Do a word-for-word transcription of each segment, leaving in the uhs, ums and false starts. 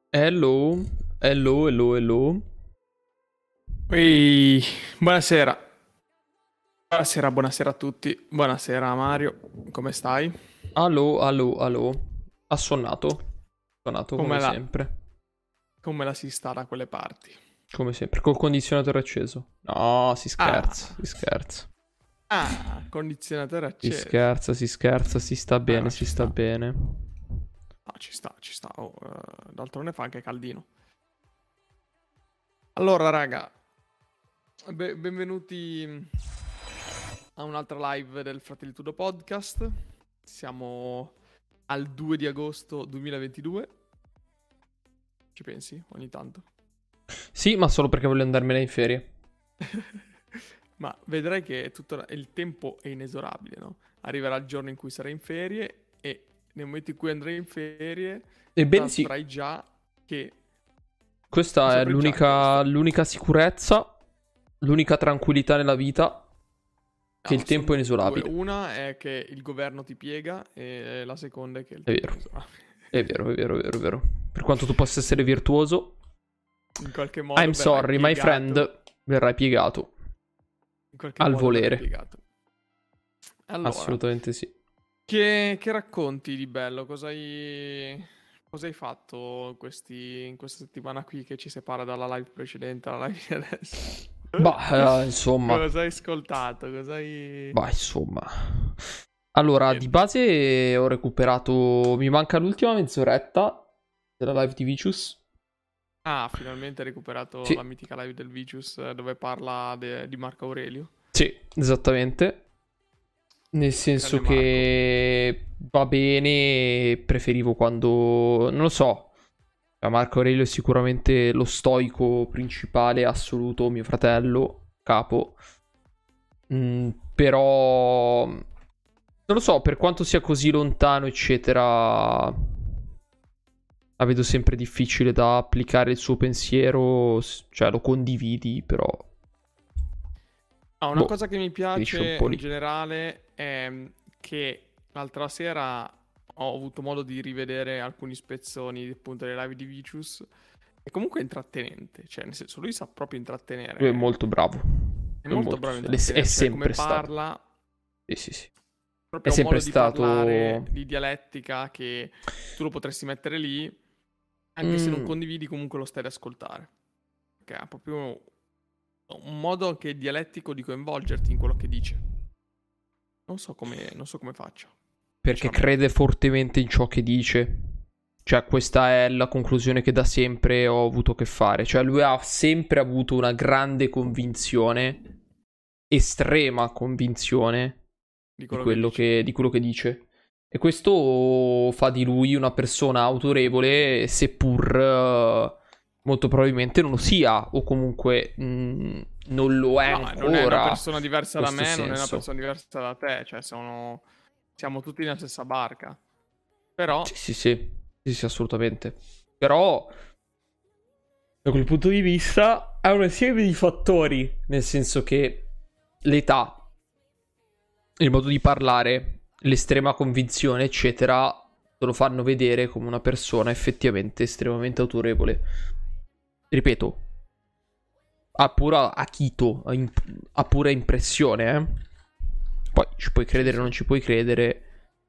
Hello, hello, hello, hello. Ehi, buonasera. Buonasera, buonasera a tutti. Buonasera Mario, come stai? Allo, allo, allo. Assonnato. Suonato come Come la, sempre. come la si sta da quelle parti? Come sempre. Col condizionatore acceso. No, si scherza, Ah, si scherza. ah, condizionatore Si acceso. scherza, si scherza, si sta Eh, bene, ma si ci sta sta. bene. No, ci sta, ci sta. Oh, eh, d'altronde fa anche caldino. Allora, raga, be- benvenuti a un'altra live del Fratelli Tudo Podcast. Siamo al due di agosto duemilaventidue. Ci pensi ogni tanto? Sì, ma solo perché voglio andarmene in ferie. Ma vedrai che tutto il tempo è inesorabile, no? Arriverà il giorno in cui sarai in ferie e nel momento in cui andrai in ferie Ebbene sì, saprai già che... questa è saprai già l'unica, questo. l'unica sicurezza, l'unica tranquillità nella vita, che No, il tempo è sono due. inesorabile. Una è che il governo ti piega e la seconda è che il È tempo è vero, inesorabile. è vero, è vero, è vero, è vero. Per quanto tu possa essere virtuoso, In qualche I'm modo verrai sorry, my piegato. friend, verrai piegato In qualche al modo verrai volere. piegato. Allora, Assolutamente sì. che, che racconti di bello? Cosa hai, cosa hai fatto questi, in questa settimana qui che ci separa dalla live precedente alla live di adesso? Bah, eh, insomma, Cosa hai ascoltato? Cosa hai... bah, insomma. Allora, di Niente. base ho recuperato. Mi manca l'ultima mezz'oretta della live di Vicious. Ah, finalmente hai recuperato la Sì, mitica live del Vicious eh, dove parla de- di Marco Aurelio. sì, esattamente. Nel senso Grande Marco. che va bene, preferivo quando. Non lo so. Cioè, Marco Aurelio è sicuramente lo stoico principale assoluto, mio fratello, capo. Mm, però non lo so, per quanto sia così lontano, eccetera, la vedo sempre difficile da applicare il suo pensiero. s- Cioè, lo condividi, però. Ah, una Boh, cosa che mi finisce un piace po' in lì. generale è mm, che l'altra sera ho avuto modo di rivedere alcuni spezzoni appunto delle live di Vicious. È comunque intrattenente, cioè nel senso lui sa proprio Lui è intrattenere, molto bravo. è È molto molto. bravo a È intrattenere, cioè come sempre stato. parla, Sì, sì, sì. È proprio ha un sempre modo di stato. parlare, di dialettica che tu lo potresti mettere lì, anche se non Mm, condividi comunque lo stai ad ascoltare, perché ha proprio un modo anche dialettico di coinvolgerti in quello che dice. Non so come, non so come faccia, perché sinceramente. crede fortemente in ciò che dice. Cioè, questa è la conclusione che da sempre ho avuto a che fare. Cioè, lui ha sempre avuto una grande convinzione, estrema convinzione Di di quello che quello dice. che, di quello che dice. E questo fa di lui una persona autorevole, seppur eh, molto probabilmente non lo sia, o comunque mh, non lo è No, non è una ancora persona in diversa da questo me, non è una senso. persona diversa da te, cioè sono... siamo tutti nella stessa barca. Però, Sì, sì, sì, sì, sì, assolutamente. Però, da quel punto di vista, è una serie di fattori, nel senso che l'età, il modo di parlare, l'estrema convinzione, eccetera, te lo fanno vedere come una persona effettivamente estremamente autorevole. Ripeto, ha pura Akito, ha, imp- ha pura impressione, eh. Poi ci puoi sì, credere o sì. non ci puoi credere,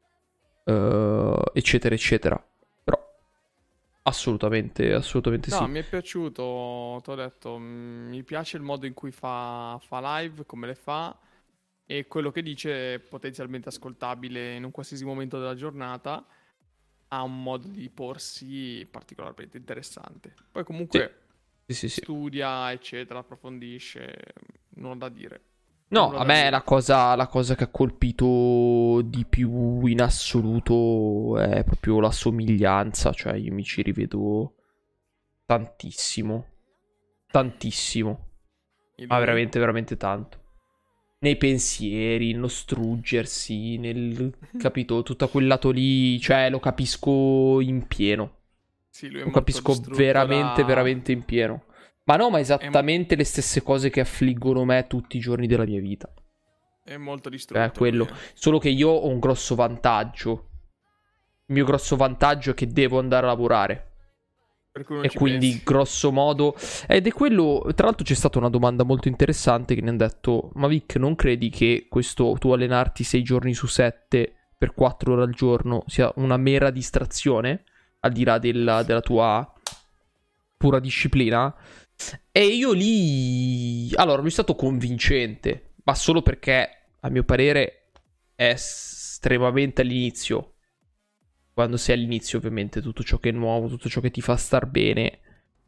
eh, eccetera, eccetera. Però, assolutamente, assolutamente No, sì. mi è piaciuto, ti ho detto, mm, mi piace il modo in cui fa, fa live, come le fa, e quello che dice è potenzialmente ascoltabile in un qualsiasi momento della giornata, ha un modo di porsi particolarmente interessante. Poi Sì, comunque sì, sì, sì. studia, eccetera, approfondisce, nulla da dire. No, Nulla a da me dire. la cosa, la cosa che ha colpito di più in assoluto è proprio la somiglianza, cioè io mi ci rivedo tantissimo, tantissimo, E ma lui? veramente, veramente tanto. Nei pensieri, nello struggersi, nel, capito, tutto quel lato lì, cioè lo capisco in pieno. Sì, lui è Lo molto capisco distrutto veramente, da... veramente in pieno. Ma no, ma È, mo- esattamente le stesse cose che affliggono me tutti i giorni della mia vita. è molto Cioè, distrutto lui, quello. eh. Solo che io ho un grosso vantaggio. Il mio grosso vantaggio è che devo andare a lavorare. Per cui non E ci quindi pensi. grosso modo, ed è quello, tra l'altro c'è stata una domanda molto interessante che mi hanno detto: ma Vic, non credi che questo tu allenarti sei giorni su sette per quattro ore al giorno sia una mera distrazione, al di là della, della tua pura disciplina? E io lì, allora, lui è stato convincente, ma solo perché, a mio parere, è estremamente all'inizio. Quando sei all'inizio, ovviamente, tutto ciò che è nuovo, tutto ciò che ti fa star bene,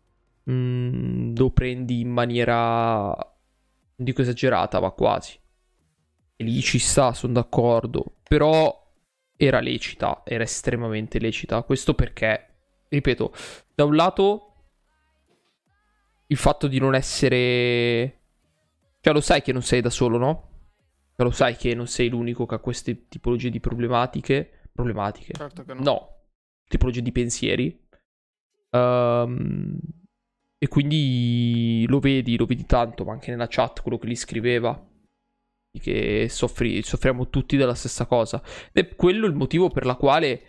mm, lo prendi in maniera, non dico esagerata, ma quasi. E lì ci sta, sono d'accordo. Però era lecita, era estremamente lecita. Questo perché, ripeto, da un lato il fatto di non essere... Cioè, lo sai che non sei da solo, no? Cioè, lo sai che non sei l'unico che ha queste tipologie di problematiche. Problematiche. Certo che no. No. Tipologie di pensieri. Um, e quindi lo vedi, lo vedi tanto, ma anche nella chat quello che gli scriveva. Che soffri, soffriamo tutti della stessa cosa. Ed è quello il motivo per la quale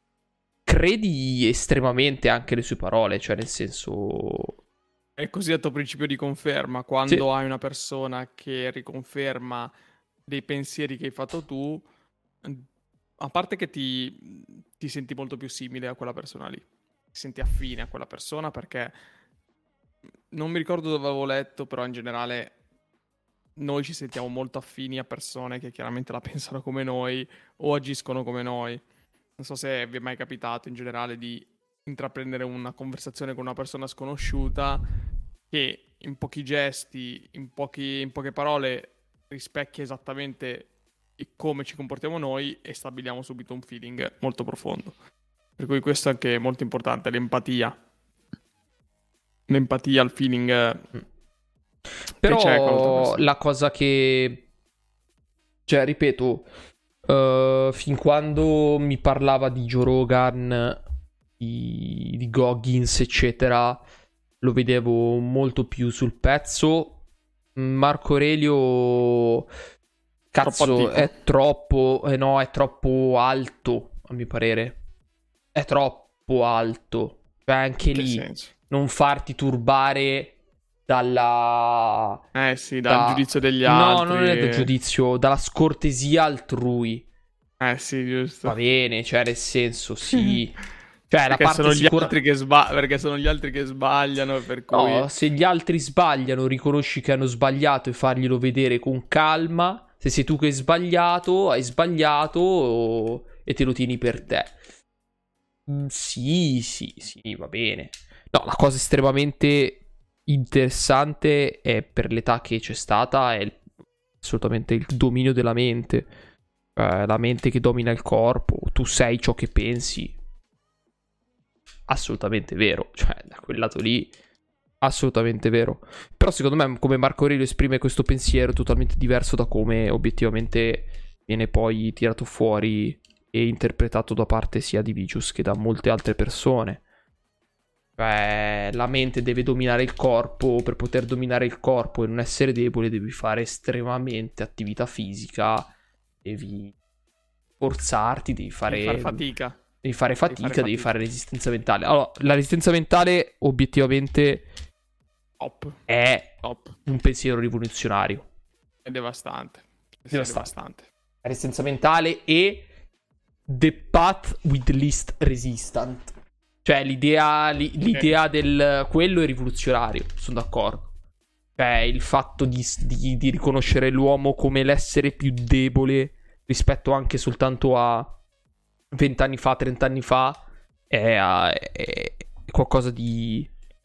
credi estremamente anche le sue parole. Cioè, nel senso... È il cosiddetto principio di conferma. Quando Sì. hai una persona che riconferma dei pensieri che hai fatto tu, a parte che ti, ti senti molto più simile a quella persona lì, ti senti affine a quella persona, perché non mi ricordo dove avevo letto, però in generale noi ci sentiamo molto affini a persone che chiaramente la pensano come noi o agiscono come noi. Non so se vi è mai capitato in generale di intraprendere una conversazione con una persona sconosciuta che in pochi gesti, in, pochi, in poche parole rispecchia esattamente come ci comportiamo noi e stabiliamo subito un feeling molto profondo. Per cui questo è anche molto importante, l'empatia. L'empatia, il feeling Mm. che c'è con l'altra Però persona. la cosa che... Cioè, ripeto, uh, fin quando mi parlava di Joe Rogan, di, di Goggins, eccetera, lo vedevo molto più sul pezzo. Marco Aurelio, cazzo, Troppo è troppo, eh no, è troppo alto, a mio parere. È troppo alto. Cioè, anche In che lì, senso? non farti turbare dalla... Eh sì, dal da... giudizio degli No, altri. non è da giudizio, dalla scortesia altrui. Eh sì, giusto. Va bene, cioè, nel senso, sì. Cioè, la Perché parte sono gli sicura... altri che sba- perché sono gli altri che sbagliano, per cui... No, se gli altri sbagliano, riconosci che hanno sbagliato e farglielo vedere con calma. Se sei tu che hai sbagliato, hai sbagliato e te lo tieni per te. Mm, sì, sì, sì, va bene. No, la cosa estremamente interessante è, per l'età che c'è stata, è il- assolutamente il dominio della mente. Eh, la mente che domina il corpo. Tu sei ciò che pensi. Assolutamente vero. Cioè, da quel lato lì, assolutamente vero. Però secondo me, come Marco Aurelio esprime questo pensiero, è totalmente diverso da come obiettivamente viene poi tirato fuori e interpretato da parte sia di Vicious che da molte altre persone. Cioè, la mente deve dominare il corpo. Per poter dominare il corpo e non essere debole, devi fare estremamente attività fisica. Devi forzarti, devi fare... Devi fare fatica. Devi fare fatica, Devi fare devi fatica. fare resistenza mentale. Allora, la resistenza mentale, obiettivamente, Top. è Top. un pensiero rivoluzionario. È devastante. Sì, Devastante. È devastante. La resistenza mentale e the path with least resistance. Cioè, l'idea, li- l'idea del... Quello è rivoluzionario, sono d'accordo. Cioè, il fatto di, di, di riconoscere l'uomo come l'essere più debole rispetto anche soltanto a vent'anni fa, trent'anni fa, è, è, è qualcosa di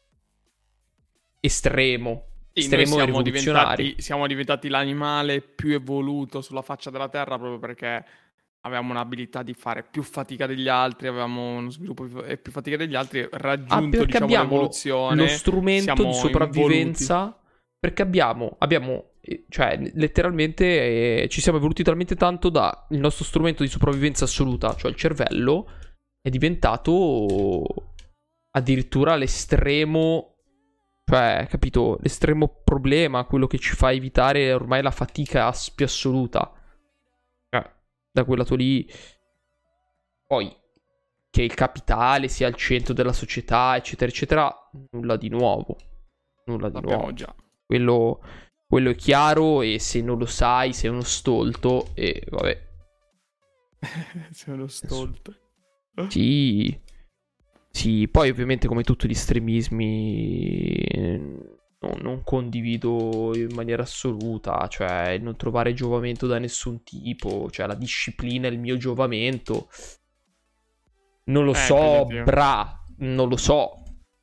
estremo. Sì, Estremo noi e siamo rivoluzionario. diventati, siamo diventati l'animale più evoluto sulla faccia della Terra proprio perché avevamo un'abilità di fare più fatica degli altri, avevamo uno sviluppo più, e più fatica degli altri, raggiunto Ah, perché diciamo abbiamo l'evoluzione. lo strumento siamo di sopravvivenza. involuti. Perché abbiamo, abbiamo, eh, cioè, letteralmente eh, ci siamo evoluti talmente tanto da il nostro strumento di sopravvivenza assoluta, cioè il cervello, è diventato addirittura l'estremo, cioè, capito, l'estremo problema, quello che ci fa evitare ormai la fatica as- più assoluta. Eh, da quel lato lì. Poi, che il capitale sia al centro della società, eccetera, eccetera, nulla di nuovo. Nulla di L'abbiamo nuovo. già. Quello, quello è chiaro, e se non lo sai sei uno stolto e vabbè. Sei uno stolto. Sì. Sì, poi ovviamente come tutti gli estremismi non, non condivido in maniera assoluta, cioè non trovare giovamento da nessun tipo, cioè la disciplina è il mio giovamento. Non lo Eh, so, impegnativo. bra, non lo so.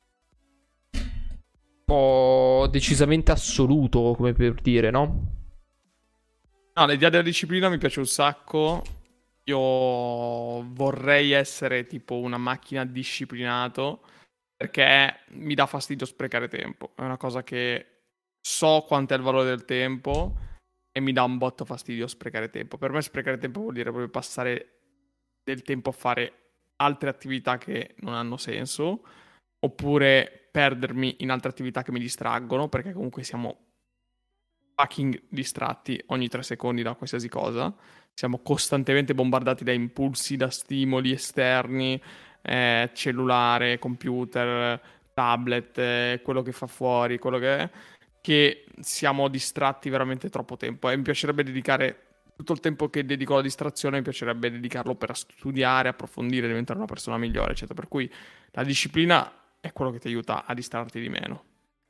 Un po' decisamente assoluto, come per dire, no? No, l'idea della disciplina mi piace un sacco. Io vorrei essere tipo una macchina disciplinato, perché mi dà fastidio sprecare tempo. È una cosa che so quanto è il valore del tempo e mi dà un botto fastidio sprecare tempo. Per me sprecare tempo vuol dire proprio passare del tempo a fare altre attività che non hanno senso, oppure perdermi in altre attività che mi distraggono, perché comunque siamo fucking distratti ogni tre secondi da qualsiasi cosa. Siamo costantemente bombardati da impulsi, da stimoli esterni, eh, cellulare, computer, tablet, eh, quello che fa fuori, quello che è, che siamo distratti veramente troppo tempo. E mi piacerebbe dedicare tutto il tempo che dedico alla distrazione, mi piacerebbe dedicarlo per studiare, approfondire, diventare una persona migliore, eccetera. Per cui la disciplina è quello che ti aiuta a distrarti di meno.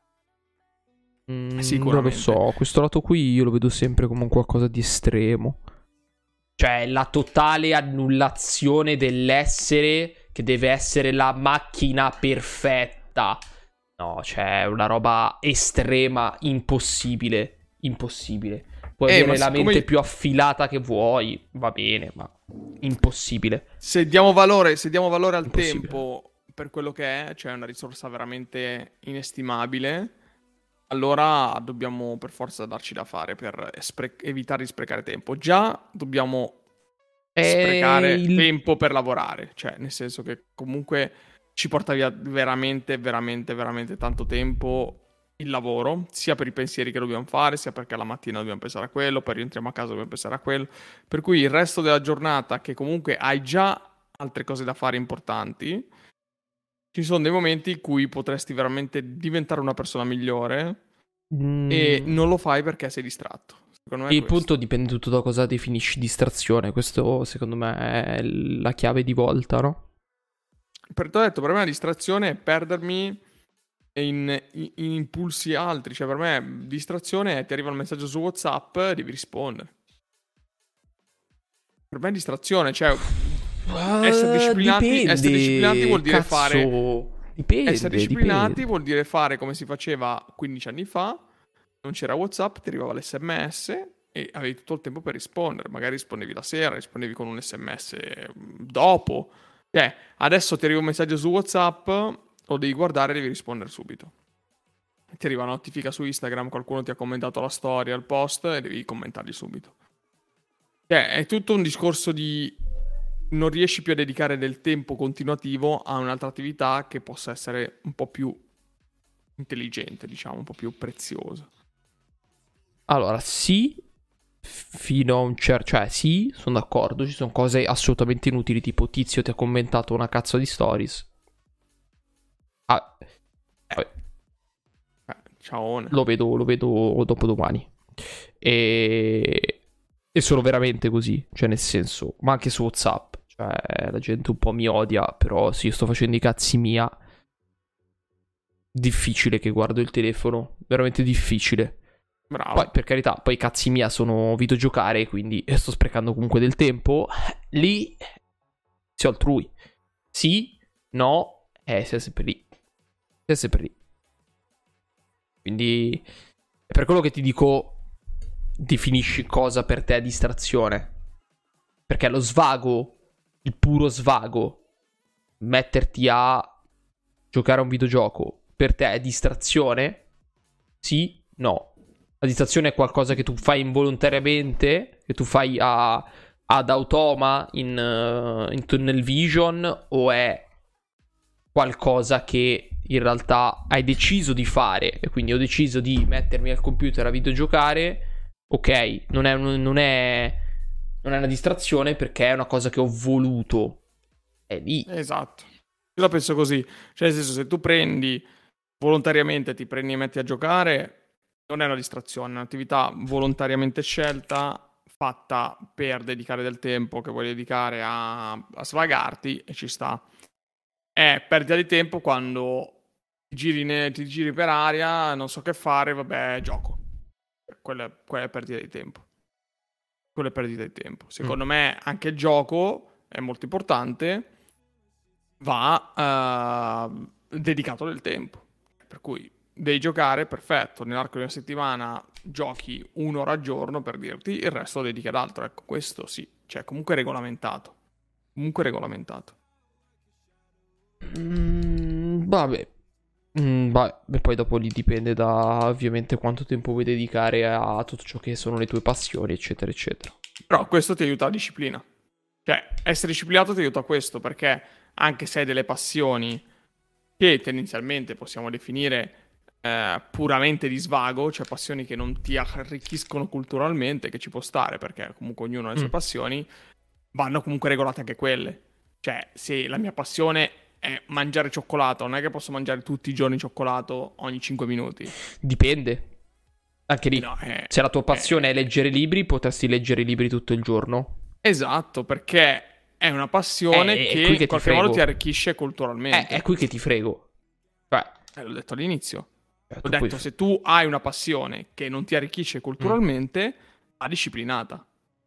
Mm, Sicuramente. Non lo so, questo lato qui io lo vedo sempre come un qualcosa di estremo. Cioè la totale annullazione dell'essere, che deve essere la macchina perfetta. No, cioè è una roba estrema, impossibile, impossibile. Puoi Eh, avere ma la siccome- mente più affilata che vuoi, va bene, ma impossibile. Se diamo valore, se diamo valore al Impossibile. tempo per quello che è, cioè una risorsa veramente inestimabile, allora dobbiamo per forza darci da fare per spre- evitare di sprecare tempo. Già dobbiamo È sprecare il- tempo per lavorare, cioè nel senso che comunque ci porta via veramente, veramente, veramente tanto tempo il lavoro, sia per i pensieri che dobbiamo fare, sia perché la mattina dobbiamo pensare a quello, poi rientriamo a casa dobbiamo pensare a quello. Per cui il resto della giornata, che comunque hai già altre cose da fare importanti, ci sono dei momenti in cui potresti veramente diventare una persona migliore e Mm, non lo fai perché sei distratto. Secondo me è il questo. punto dipende tutto da cosa definisci distrazione. Questo secondo me è la chiave di volta, no? Per te ho detto, per me la distrazione è perdermi in, in- in impulsi altri. Cioè per me distrazione è ti arriva il messaggio su WhatsApp, devi rispondere. Per me è distrazione, cioè essere disciplinati, dipende, essere disciplinati vuol dire cazzo, fare Dipende, essere disciplinati dipende. vuol dire fare come si faceva quindici anni fa. Non c'era WhatsApp, ti arrivava l'esse emme esse e avevi tutto il tempo per rispondere. Magari rispondevi la sera, rispondevi con un esse emme esse dopo. Cioè, adesso ti arriva un messaggio su WhatsApp, lo devi guardare e devi rispondere subito. Ti arriva una notifica su Instagram, qualcuno ti ha commentato la storia, il post, e devi commentargli subito. Cioè, è tutto un discorso di non riesci più a dedicare del tempo continuativo a un'altra attività che possa essere un po' più intelligente, diciamo, un po' più preziosa. Allora, sì, fino a un certo... Cioè, sì, sono d'accordo. Ci sono cose assolutamente inutili, tipo Tizio ti ha commentato una cazzo di stories. Ah, vabbè, Eh, ciaone. lo vedo, lo vedo dopodomani. E... E sono veramente così. Cioè, nel senso... Ma anche su WhatsApp. Cioè, la gente un po' mi odia, però se io sto facendo i cazzi mia... Difficile che guardo il telefono. Veramente difficile. Bravo. Poi, per carità, poi i cazzi mia sono videogiocare, quindi sto sprecando comunque del tempo. Lì, si altrui. Sì, no, eh, sei sempre lì. Sei sempre lì. Quindi, è per quello che ti dico, definisci cosa per te è distrazione. Perché lo svago, il puro svago, metterti a giocare a un videogioco, per te è distrazione? Sì, no. La distrazione è qualcosa che tu fai involontariamente, che tu fai a, ad automa in, uh, in tunnel vision, o è qualcosa che in realtà hai deciso di fare e quindi ho deciso di mettermi al computer a videogiocare? Ok, non è, non è, non è una distrazione perché è una cosa che ho voluto. è lì. Esatto. Io la penso così. Cioè, nel senso, se tu prendi volontariamente, ti prendi e metti a giocare, non è una distrazione, è un'attività volontariamente scelta, fatta per dedicare del tempo che vuoi dedicare a, a svagarti, e ci sta. È perdita di tempo quando ti giri, ne- ti giri per aria, non so che fare, vabbè, gioco. Quella, quella è perdita di tempo. Quella è perdita di tempo. Secondo mm. me anche il gioco è molto importante, va uh, dedicato del tempo. Per cui devi giocare, perfetto, nell'arco di una settimana giochi un'ora al giorno, per dirti, il resto lo dedichi ad altro. Ecco, questo sì, cioè comunque regolamentato. Comunque regolamentato. Mm, vabbè. Mm, beh, poi dopo lì dipende da ovviamente quanto tempo vuoi dedicare a tutto ciò che sono le tue passioni, eccetera, eccetera. Però questo ti aiuta a disciplina. Cioè, essere disciplinato ti aiuta a questo, perché anche se hai delle passioni che tendenzialmente possiamo definire eh, puramente di svago, cioè passioni che non ti arricchiscono culturalmente, che ci può stare, perché comunque ognuno ha le sue mm. passioni, vanno comunque regolate anche quelle. Cioè, se la mia passione è mangiare cioccolato, non è che posso mangiare tutti i giorni cioccolato ogni cinque minuti. Dipende. Anche lì, no, è, se la tua passione è... è leggere libri, potresti leggere libri tutto il giorno. Esatto, perché è una passione è, che, è che in qualche modo ti arricchisce culturalmente. È, è qui che ti frego. Cioè, eh, l'ho detto all'inizio. Eh, Ho detto, puoi... se tu hai una passione che non ti arricchisce culturalmente, mm. va disciplinata.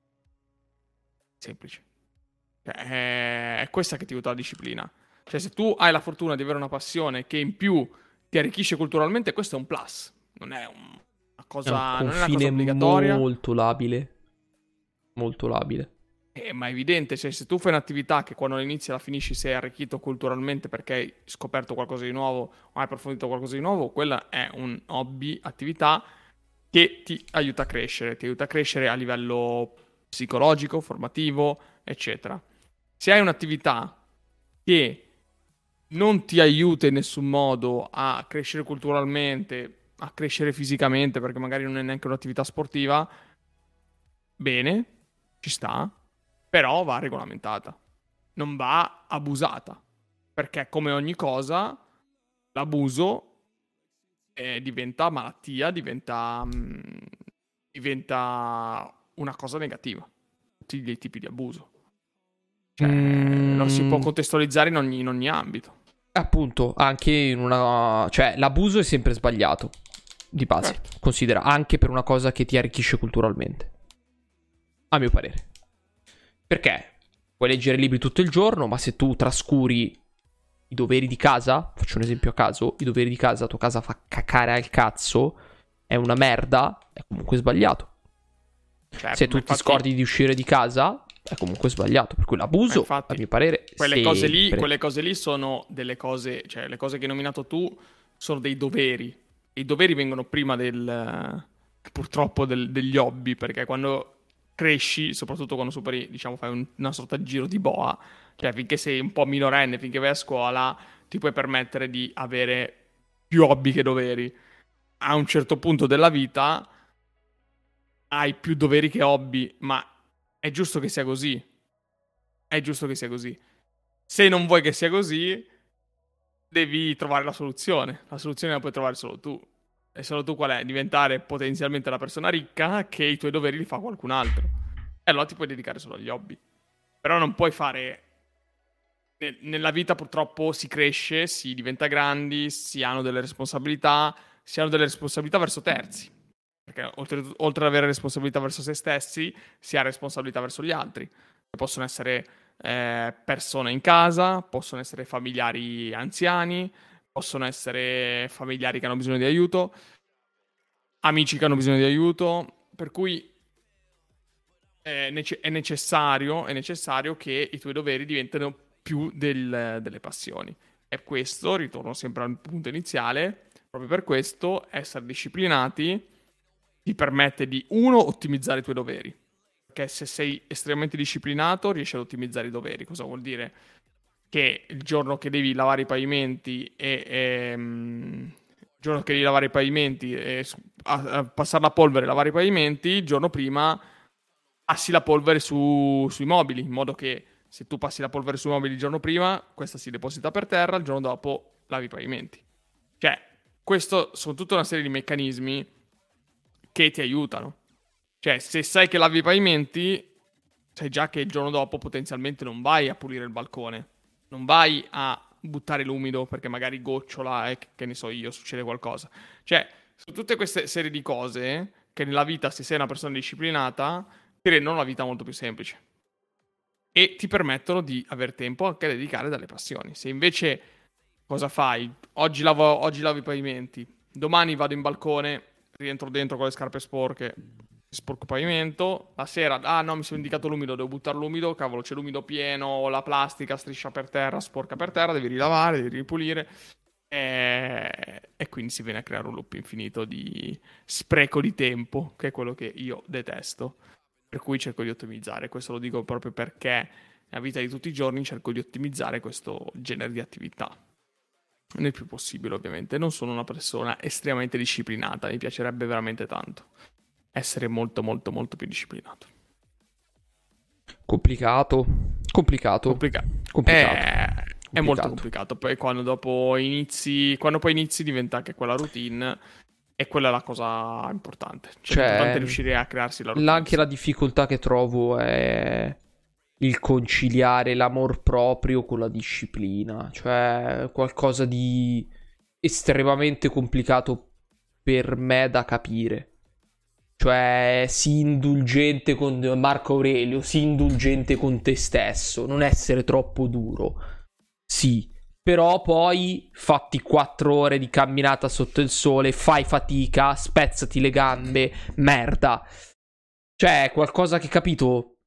Semplice. Cioè, è... è questa che ti aiuta la disciplina. Cioè, se tu hai la fortuna di avere una passione che in più ti arricchisce culturalmente, questo è un plus. Non è un... una cosa, è un non è una cosa obbligatoria. Molto labile. Molto labile. Eh, ma è evidente, cioè, se tu fai un'attività che quando inizi la finisci sei arricchito culturalmente perché hai scoperto qualcosa di nuovo o hai approfondito qualcosa di nuovo, quella è un hobby, attività che ti aiuta a crescere, ti aiuta a crescere a livello psicologico, formativo, eccetera. Se hai un'attività che non ti aiuta in nessun modo a crescere culturalmente, a crescere fisicamente, perché magari non è neanche un'attività sportiva, bene, ci sta, però va regolamentata, non va abusata, perché come ogni cosa l'abuso eh, diventa malattia, diventa, mh, diventa una cosa negativa, tutti i tipi di abuso. Cioè, mm. lo si può contestualizzare in ogni, in ogni ambito. Appunto, anche in una... cioè, l'abuso è sempre sbagliato, di base, certo. Considera, anche per una cosa che ti arricchisce culturalmente. A mio parere. Perché? Puoi leggere libri tutto il giorno, ma se tu trascuri i doveri di casa, faccio un esempio a caso, i doveri di casa, tua casa fa cacare al cazzo, è una merda, è comunque sbagliato. Cioè, se tu infatti... ti scordi di uscire di casa, è comunque sbagliato. Per cui l'abuso, infatti, a mio parere, quelle cose lì, quelle cose lì sono delle cose, cioè le cose che hai nominato tu sono dei doveri. E i doveri vengono prima del, purtroppo, del, degli hobby, perché quando cresci, soprattutto quando superi, diciamo, fai un, una sorta di giro di boa, cioè finché sei un po' minorenne, finché vai a scuola, ti puoi permettere di avere più hobby che doveri. A un certo punto della vita hai più doveri che hobby, ma è giusto che sia così. È giusto che sia così. Se non vuoi che sia così, devi trovare la soluzione. La soluzione la puoi trovare solo tu. E solo tu qual è? Diventare potenzialmente la persona ricca che i tuoi doveri li fa qualcun altro. E allora ti puoi dedicare solo agli hobby. Però non puoi fare... Nella vita purtroppo si cresce, si diventa grandi, si hanno delle responsabilità, si hanno delle responsabilità verso terzi. Perché oltre, oltre ad avere responsabilità verso se stessi, si ha responsabilità verso gli altri. Possono essere eh, persone in casa, possono essere familiari anziani, possono essere familiari che hanno bisogno di aiuto, amici che hanno bisogno di aiuto, per cui è, nece- è, necessario, è necessario che i tuoi doveri diventino più del, delle passioni. E questo, ritorno sempre al punto iniziale, proprio per questo essere disciplinati ti permette di, uno, ottimizzare i tuoi doveri. Perché se sei estremamente disciplinato riesci ad ottimizzare i doveri. Cosa vuol dire? Che il giorno che devi lavare i pavimenti e, e um, il giorno che devi lavare i pavimenti e a, a passare la polvere e lavare i pavimenti, il giorno prima passi la polvere su, sui mobili, in modo che se tu passi la polvere sui mobili il giorno prima, questa si deposita per terra, il giorno dopo lavi i pavimenti. Cioè, questo sono tutta una serie di meccanismi che ti aiutano. Cioè, se sai che lavi i pavimenti, sai già che il giorno dopo potenzialmente non vai a pulire il balcone, non vai a buttare l'umido perché magari gocciola e che ne so io, succede qualcosa. Cioè, su tutte queste serie di cose che nella vita, se sei una persona disciplinata, ti rendono la vita molto più semplice e ti permettono di avere tempo anche a dedicare dalle passioni. Se invece cosa fai? Oggi lavo, oggi lavo i pavimenti, domani vado in balcone, rientro dentro con le scarpe sporche, sporco il pavimento, la sera, ah no, mi sono indicato l'umido, devo buttare l'umido, cavolo, c'è l'umido pieno, la plastica striscia per terra, sporca per terra, devi rilavare, devi ripulire, e... e quindi si viene a creare un loop infinito di spreco di tempo, che è quello che io detesto, per cui cerco di ottimizzare. Questo lo dico proprio perché nella vita di tutti i giorni cerco di ottimizzare questo genere di attività nel più possibile. Ovviamente non sono una persona estremamente disciplinata, mi piacerebbe veramente tanto essere molto molto molto più disciplinato. Complicato, complicato, Complica- complicato. È... complicato. è molto complicato. Poi quando dopo inizi, quando poi inizi diventa anche quella routine, e quella è la cosa importante. Cioè, Cioè, l'importante è riuscire a crearsi la routine. Anche la difficoltà che trovo è il conciliare l'amor proprio con la disciplina. Cioè, qualcosa di estremamente complicato per me da capire. Cioè, sii indulgente con Marco Aurelio, sii indulgente con te stesso, non essere troppo duro. Sì, però poi fatti quattro ore di camminata sotto il sole, fai fatica, spezzati le gambe, merda. Cioè, qualcosa che, capito?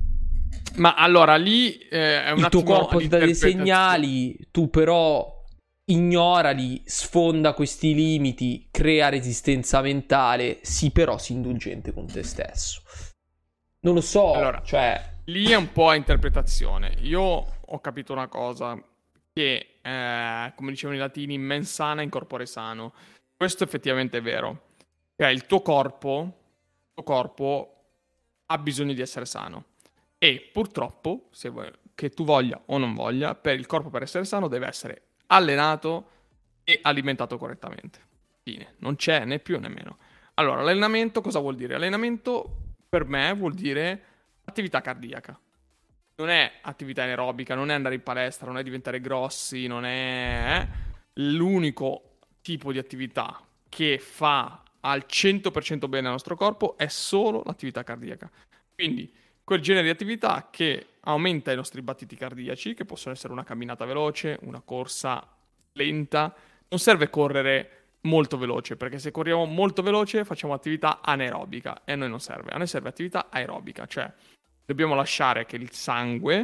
Ma allora lì eh, è un Il tuo attimo corpo ti dà dei segnali, tu però ignorali, sfonda questi limiti, crea resistenza mentale, sì, però sii indulgente con te stesso. Non lo so, allora, cioè... lì è un po' a interpretazione. Io ho capito una cosa, che eh, come dicevano i latini, mens sana in corpore sano. Questo effettivamente è vero. Cioè, il tuo corpo, il tuo corpo ha bisogno di essere sano. E purtroppo, se vuoi, che tu voglia o non voglia, per il corpo per essere sano deve essere allenato e alimentato correttamente. Fine, non c'è né più né meno. Allora, l'allenamento cosa vuol dire? Allenamento per me vuol dire attività cardiaca. Non è attività anaerobica, non è andare in palestra, non è diventare grossi, non è... Eh? L'unico tipo di attività che fa al cento per cento bene al nostro corpo è solo l'attività cardiaca. Quindi quel genere di attività che aumenta i nostri battiti cardiaci, che possono essere una camminata veloce, una corsa lenta. Non serve correre molto veloce, perché se corriamo molto veloce facciamo attività anaerobica e a noi non serve. A noi serve attività aerobica, cioè dobbiamo lasciare che il sangue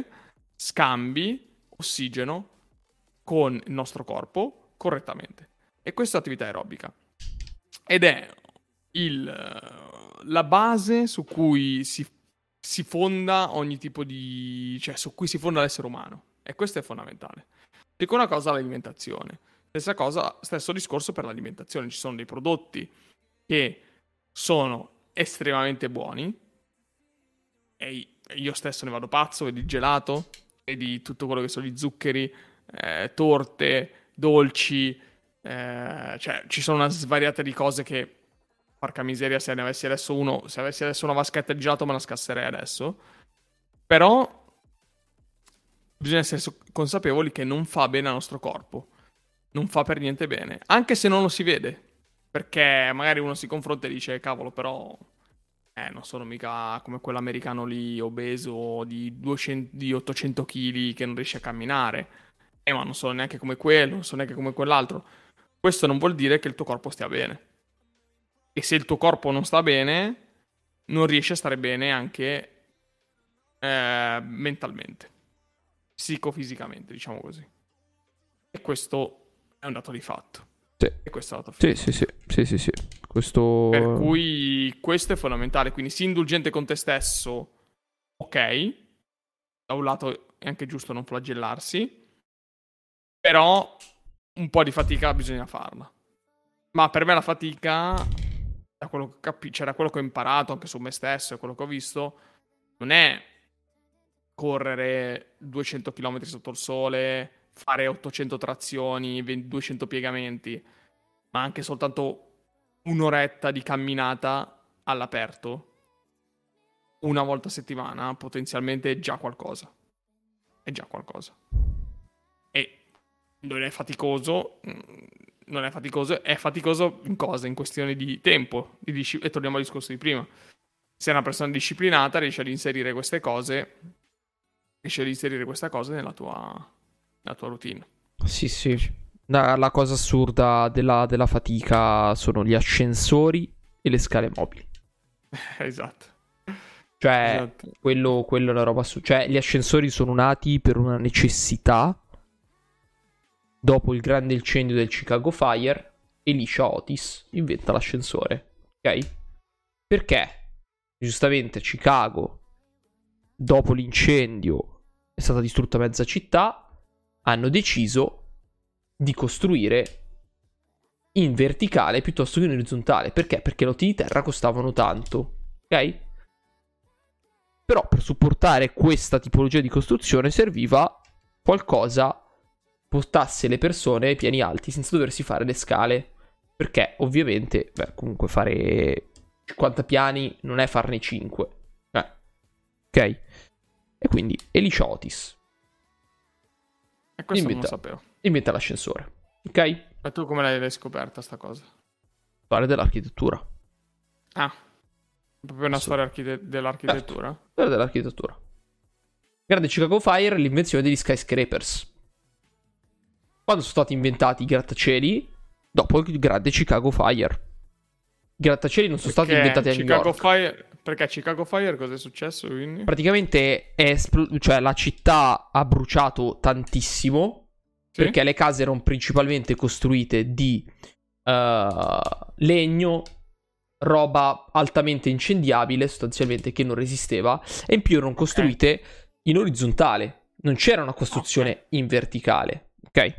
scambi ossigeno con il nostro corpo correttamente. E questa è attività aerobica. Ed è il, la base su cui si si fonda ogni tipo di... cioè su cui si fonda l'essere umano. E questo è fondamentale. Seconda cosa, l'alimentazione. Stessa cosa, stesso discorso per l'alimentazione. Ci sono dei prodotti che sono estremamente buoni e io stesso ne vado pazzo, vedi il gelato, vedi tutto quello che sono gli zuccheri, eh, torte, dolci, eh, cioè ci sono una svariata di cose che... Porca miseria, se ne avessi adesso uno, se avessi adesso una vaschetta di gelato me la scasserei adesso. Però bisogna essere consapevoli che non fa bene al nostro corpo. Non fa per niente bene. Anche se non lo si vede. Perché magari uno si confronta e dice, cavolo, però... Eh, non sono mica come quell'americano lì obeso di, duecento, di ottocento chili che non riesce a camminare. Eh, ma non sono neanche come quello, non sono neanche come quell'altro. Questo non vuol dire che il tuo corpo stia bene. E se il tuo corpo non sta bene, non riesci a stare bene anche eh, mentalmente, psicofisicamente, diciamo così. E questo è un dato di fatto. Sì. E questo è un dato Sì, di sì, fatto. sì, sì, sì, sì. Questo... Per cui questo è fondamentale. Quindi sii indulgente con te stesso, ok. Da un lato è anche giusto non flagellarsi, però un po' di fatica bisogna farla. Ma per me la fatica... da quello che capi- cioè da quello che ho imparato anche su me stesso e quello che ho visto, non è correre duecento chilometri sotto il sole, fare ottocento trazioni, duecento piegamenti, ma anche soltanto un'oretta di camminata all'aperto una volta a settimana potenzialmente è già qualcosa. È già qualcosa. E non è faticoso, non è faticoso, è faticoso in cosa? In questione di tempo, di disci- e torniamo al discorso di prima. Se una persona disciplinata riesce ad inserire queste cose, riesce ad inserire questa cosa nella tua, nella tua routine. Sì, sì. La, la cosa assurda della, della fatica sono gli ascensori e le scale mobili. Esatto. Cioè, Esatto. quello, quello è una roba su. Cioè, gli ascensori sono nati per una necessità dopo il grande incendio del Chicago Fire. Elisha Otis inventa l'ascensore. Ok? Perché? Giustamente Chicago, dopo l'incendio, è stata distrutta mezza città. Hanno deciso di costruire in verticale piuttosto che in orizzontale. Perché? Perché le lotti di terra costavano tanto. Ok? Però per supportare questa tipologia di costruzione serviva qualcosa che portasse le persone ai piani alti senza doversi fare le scale. Perché ovviamente, beh, comunque fare cinquanta piani non è farne cinque. Eh. Ok? E quindi Elisha Otis E questo inventa, non lo sapevo. inventa l'ascensore. Ok? E tu come l'hai scoperta sta cosa? Storia dell'architettura. Ah, proprio una Sì. storia archite- dell'architettura? Certo, storia dell'architettura. Grande Chicago Fire, l'invenzione degli skyscrapers. Quando sono stati inventati i grattacieli, dopo il grande Chicago Fire. I grattacieli non sono stati Perché inventati a New Chicago York. Fire, perché Chicago Fire cosa è successo quindi? Praticamente è espl- cioè, la città ha bruciato tantissimo. Sì? Perché le case erano principalmente costruite di uh, legno, roba altamente incendiabile, sostanzialmente, che non resisteva. E in più erano costruite okay. in orizzontale. Non c'era una costruzione okay. in verticale. Ok?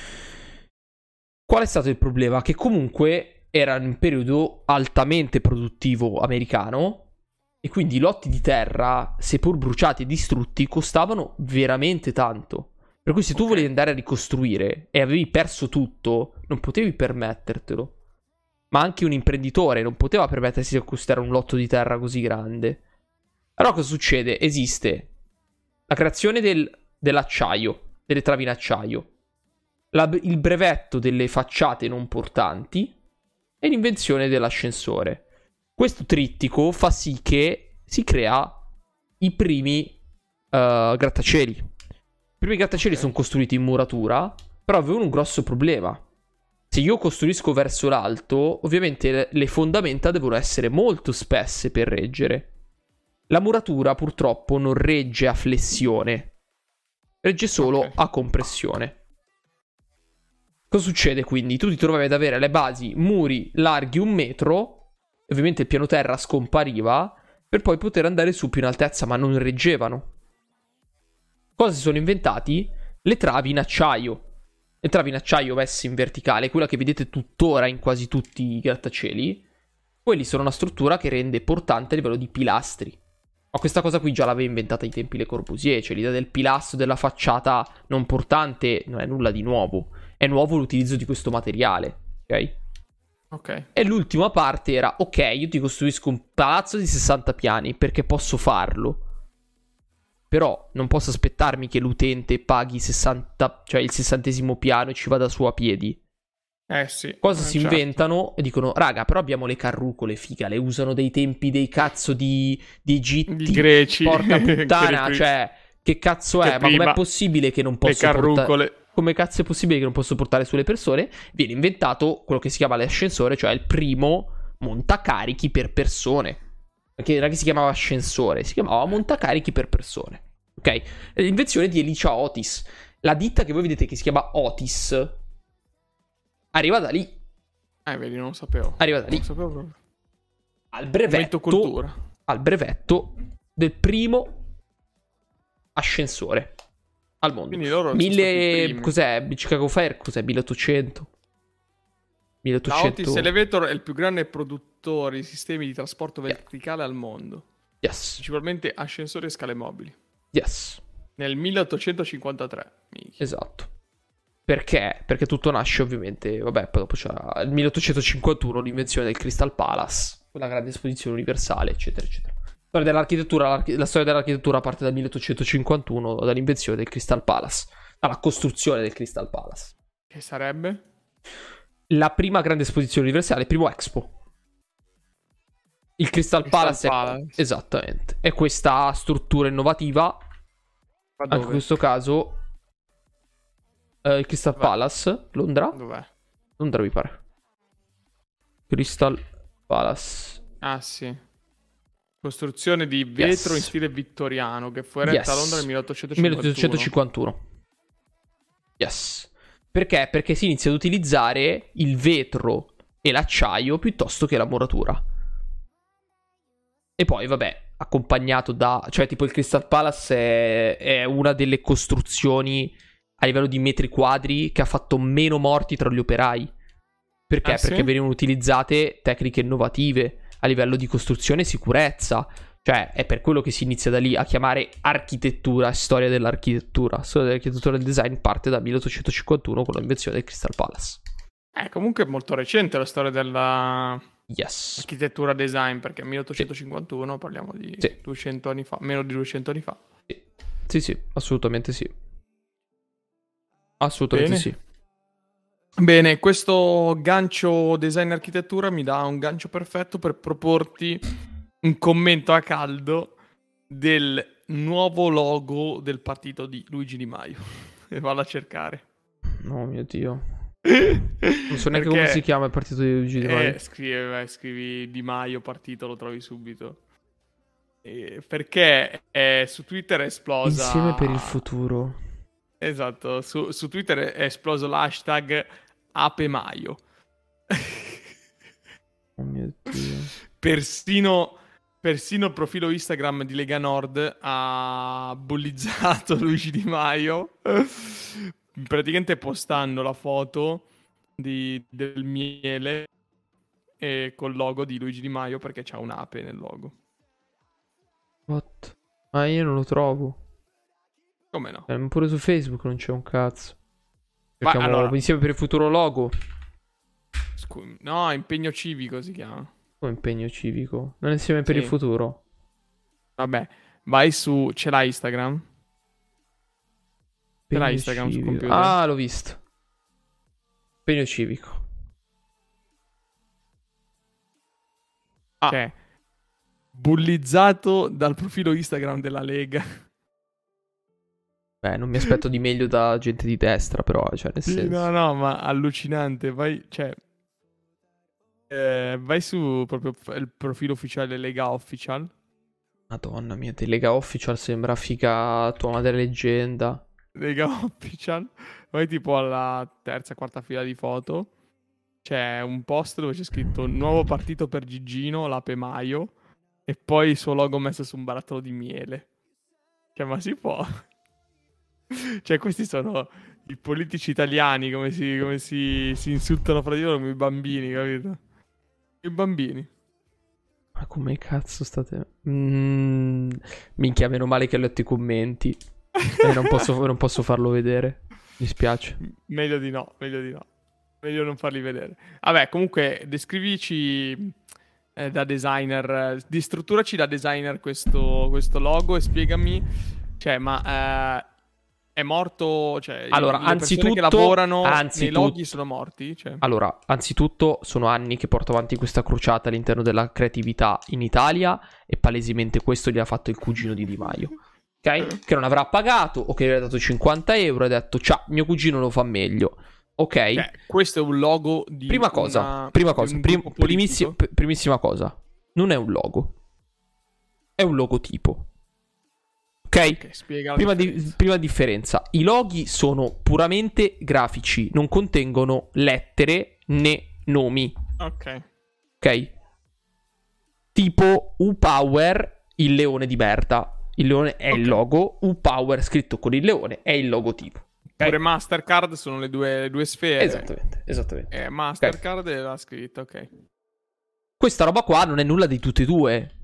Qual è stato il problema? Che comunque era un periodo altamente produttivo americano. E quindi i lotti di terra, seppur bruciati e distrutti, costavano veramente tanto. Per cui se tu okay. volevi andare a ricostruire e avevi perso tutto, non potevi permettertelo. Ma anche un imprenditore non poteva permettersi di acquistare un lotto di terra così grande. Allora cosa succede? Esiste la creazione del, dell'acciaio, delle travi in acciaio, la, il brevetto delle facciate non portanti e l'invenzione dell'ascensore. Questo trittico fa sì che si crea i primi uh, grattacieli. I primi grattacieli okay. sono costruiti in muratura, però avevano un grosso problema. Se io costruisco verso l'alto, ovviamente le fondamenta devono essere molto spesse per reggere. La muratura purtroppo non regge a flessione, regge solo okay. a compressione. Cosa succede quindi? Tu ti trovavi ad avere le basi, muri larghi un metro, ovviamente il piano terra scompariva, per poi poter andare su più in altezza, ma non reggevano. Cosa si sono inventati? Le travi in acciaio. Le travi in acciaio messe in verticale, quella che vedete tuttora in quasi tutti i grattacieli. Quelli sono una struttura che rende portante a livello di pilastri. Ma questa cosa qui già l'aveva inventata ai tempi Le Corbusier. Cioè l'idea del pilastro della facciata non portante non è nulla di nuovo. È nuovo l'utilizzo di questo materiale. Ok? Ok. E l'ultima parte era: ok, io ti costruisco un palazzo di sessanta piani perché posso farlo. Però non posso aspettarmi che l'utente paghi sessanta, cioè il sessantesimo piano e ci vada su a piedi. Eh sì. Cosa eh, si certo. inventano e dicono: raga, però abbiamo le carrucole, figa, le usano dei tempi dei cazzo di, di Egitti. Di greci. Porca puttana, cioè, che cazzo è? Ma com'è possibile che non posso le carrucole. Portare... Come cazzo è possibile che non posso portare sulle persone? Viene inventato quello che si chiama l'ascensore, cioè il primo montacarichi per persone. Perché non è che si chiamava ascensore, si chiamava montacarichi per persone. Ok? L'invenzione di Elisha Otis. La ditta che voi vedete che si chiama Otis arriva da lì. Eh, vedi, non lo sapevo. Arriva da lì. Non lo sapevo proprio. Al brevetto, cultura. Al brevetto del primo ascensore al mondo. Quindi loro mille cos'è? Chicago Fire cos'è? milleottocento milleottocento La Otis Elevator è il più grande produttore di sistemi di trasporto verticale yeah. al mondo. Yes. Principalmente ascensori e scale mobili. Yes. Nel milleottocentocinquantatré. Minchia. Esatto. Perché? Perché tutto nasce ovviamente, vabbè, poi dopo c'era il milleottocentocinquantuno, l'invenzione del Crystal Palace, quella grande esposizione universale, eccetera, eccetera. Storia dell'architettura, l'archi- la storia dell'architettura parte dal milleottocentocinquantuno, dall'invenzione del Crystal Palace, dalla costruzione del Crystal Palace. Che sarebbe? La prima grande esposizione universale, il primo Expo. Il Crystal, Crystal Palace, Palace. È, esattamente, è questa struttura innovativa, Ma anche in dove? questo caso, eh, il Crystal Dov'è? Palace, Londra? Dov'è? Londra mi pare. Crystal Palace. Ah, sì. Costruzione di vetro Yes. in stile vittoriano che fu eretta Yes. a Londra nel milleottocentocinquantuno. milleottocentocinquantuno. Yes. Perché? Perché si inizia ad utilizzare il vetro e l'acciaio piuttosto che la muratura. E poi, vabbè, accompagnato da... Cioè, tipo il Crystal Palace è, è una delle costruzioni a livello di metri quadri che ha fatto meno morti tra gli operai. Perché? Ah, sì? Perché venivano utilizzate tecniche innovative a livello di costruzione e sicurezza. Cioè, è per quello che si inizia da lì a chiamare architettura, storia dell'architettura. Storia dell'architettura e del design parte dal milleottocentocinquantuno con l'invenzione del Crystal Palace. Eh, comunque è molto recente la storia dell'architettura Yes. design, perché milleottocentocinquantuno parliamo di Sì. duecento anni fa, meno di duecento anni fa. Sì, sì, sì, assolutamente sì. Assolutamente Bene. sì. Bene, questo gancio design architettura mi dà un gancio perfetto per proporti un commento a caldo del nuovo logo del partito di Luigi Di Maio. E vado a cercare. Oh mio Dio. Non so neanche come si chiama il partito di Luigi Di Maio. Eh, scrivi, vai, scrivi Di Maio partito, lo trovi subito. Eh, perché eh, su Twitter è esplosa... Insieme per il futuro. Esatto, su, su Twitter è esploso l'hashtag Ape Maio. Oh mio Dio. Persino, persino il profilo Instagram di Lega Nord ha bullizzato Luigi Di Maio, praticamente postando la foto di, del miele e col logo di Luigi Di Maio perché c'ha un'ape nel logo. What? Ma io non lo trovo. Come no? Eh, pure su Facebook non c'è un cazzo. Ma Cerchiamo allora- insieme per il futuro logo. Scu- no, impegno civico si chiama. Come impegno civico. Non insieme per Sì. il futuro. Vabbè, vai su... Ce l'hai Instagram? Ce l'hai Impegno Instagram su civico. computer? Ah, l'ho visto. Impegno civico. Ah. Cioè, bullizzato dal profilo Instagram della Lega. Beh, non mi aspetto di meglio da gente di destra, però, cioè, nel Sì, senso. no, no, ma allucinante. Vai, cioè, eh, vai su proprio f- il profilo ufficiale Lega Official. Madonna mia, te Lega Official sembra figa tua madre leggenda. Lega Official. Vai tipo alla terza, quarta fila di foto. C'è un post dove c'è scritto nuovo partito per Gigino, l'Ape Maio. E poi il suo logo messo su un barattolo di miele. Cioè, ma si può? Cioè, questi sono i politici italiani, come si, come si, si insultano fra di loro come i bambini, capito? I bambini. Ma come cazzo state... Mm, minchia, meno male che ho letto i commenti. E non posso, non posso farlo vedere. Mi spiace. Meglio di no, meglio di no. Meglio non farli vedere. Vabbè, comunque, descrivici eh, da designer, eh, distrutturaci da designer questo, questo logo e spiegami, cioè, ma... Eh, è morto, cioè, Allora, le persone anzitutto- che lavorano nei anzitutto- loghi sono morti? Cioè. Allora, anzitutto sono anni che porto avanti questa crociata all'interno della creatività in Italia e palesemente questo gli ha fatto il cugino di Di Maio, ok? Che non avrà pagato o che gli ha dato cinquanta euro e ha detto ciao, mio cugino lo fa meglio, ok? Cioè, questo è un logo di Prima cosa, una- prima di cosa, un prim- gruppo primissi- politico? p- primissima cosa, non è un logo, è un logotipo, ok? Ok, spiega la Prima, di- differenza. prima differenza, i loghi sono puramente grafici, non contengono lettere né nomi, Ok. ok? Tipo U-Power, il leone di merda. Il leone è il Ok. logo, U-Power scritto con il leone è il logotipo. ok? Pure Mastercard sono le due, le due sfere. Esattamente, esattamente. Eh, Mastercard è la scritta, ok. Questa roba qua non è nulla di tutte e due.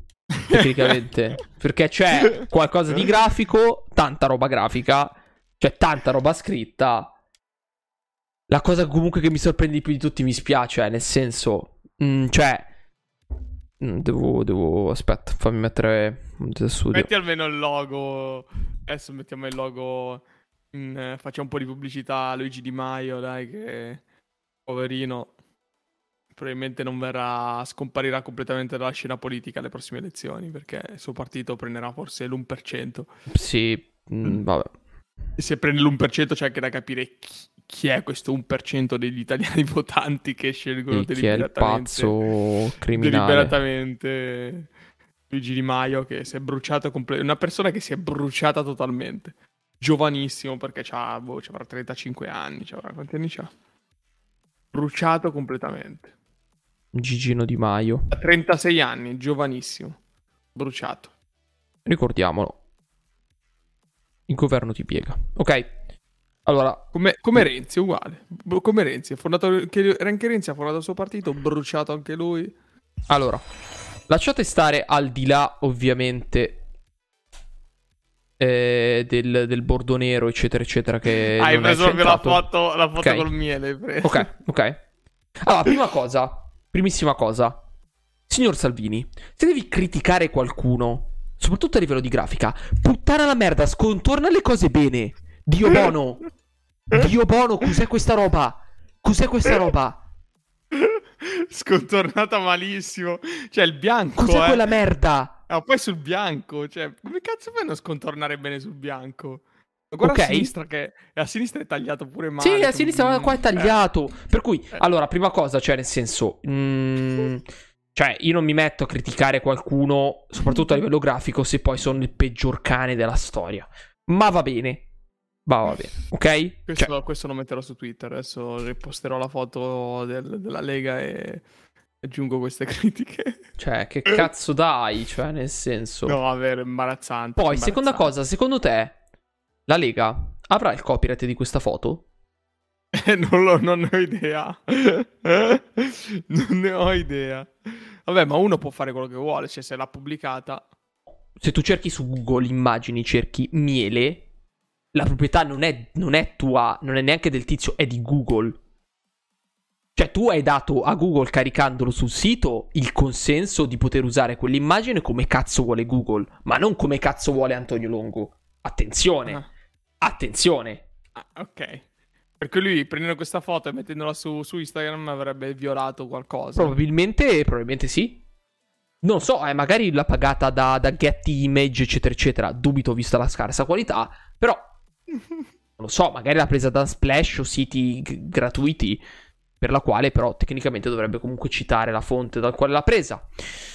tecnicamente. Perché c'è qualcosa di grafico, tanta roba grafica, c'è tanta roba scritta. La cosa comunque che mi sorprende di più di tutti, mi spiace, eh, nel senso, mh, cioè, mh, devo, devo, aspetta, fammi mettere un studio. Metti almeno il logo, adesso mettiamo il logo, in, eh, facciamo un po' di pubblicità a Luigi Di Maio, dai, che poverino, probabilmente non verrà, scomparirà completamente dalla scena politica alle prossime elezioni, perché il suo partito prenderà forse l'uno per cento. Sì, mh, vabbè. E se prende l'uno per cento c'è anche da capire chi, chi è questo uno per cento degli italiani votanti che scelgono Sì, chi è il deliberatamente, pazzo criminale. deliberatamente Luigi Di Maio, che si è bruciato completamente, una persona che si è bruciata totalmente, giovanissimo, perché c'ha, boh, c'avrà trentacinque anni, c'avrà, quanti anni c'ha? Bruciato completamente. Gigino Di Maio. A trentasei anni, giovanissimo, bruciato. Ricordiamolo. Il governo ti piega. Ok. Allora, Come, come Renzi, uguale. B- Come Renzi, ha fondato, che, anche Renzi ha fondato il suo partito, bruciato anche lui. allora, lasciate stare al di là, ovviamente, eh, del, del bordo nero, eccetera, eccetera, che Hai non è preso proprio la centrato. foto, la foto Ok. col miele. Hai preso. Ok, ok. Allora, prima cosa, primissima cosa. Signor Salvini, se devi criticare qualcuno, soprattutto a livello di grafica, puttana la merda, scontorna le cose bene. Dio bono. Dio bono, cos'è questa roba? Cos'è questa roba? Scontornata malissimo. Cioè, il bianco, Cos'è eh. quella merda? Ah, poi sul bianco. Cioè, come cazzo fai a non scontornare bene sul bianco? Ma guarda Ok. a sinistra che... A sinistra è tagliato pure male. Sì, a cioè, sinistra mm, qua è tagliato. eh. Per cui, allora, prima cosa, cioè, nel senso... mm, cioè, io non mi metto a criticare qualcuno, soprattutto a livello grafico, se poi sono il peggior cane della storia. Ma va bene. Ma va bene, ok? Questo, Cioè, questo lo metterò su Twitter. Adesso riposterò la foto del- della Lega e aggiungo queste critiche. cioè, che cazzo dai? Cioè, nel senso... No, vero, imbarazzante. Poi, seconda imbarazzante. cosa, secondo te, la Lega avrà il copyright di questa foto? non, lo, non ne ho idea. non ne ho idea. Vabbè, ma uno può fare quello che vuole. Cioè, se l'ha pubblicata... Se tu cerchi su Google immagini, cerchi miele, la proprietà non è, non è tua, non è neanche del tizio, è di Google. Cioè, tu hai dato a Google, caricandolo sul sito, il consenso di poter usare quell'immagine come cazzo vuole Google, ma non come cazzo vuole Antonio Longo. Attenzione, Ah. attenzione. Ah, ok. Perché lui, prendendo questa foto e mettendola su, su Instagram, avrebbe violato qualcosa. Probabilmente, probabilmente sì. Non so, eh, magari l'ha pagata da, da Getty Image, eccetera, eccetera. Dubito vista la scarsa qualità, però non lo so, magari l'ha presa da Splash o siti g- gratuiti, per la quale però tecnicamente dovrebbe comunque citare la fonte dal quale l'ha presa.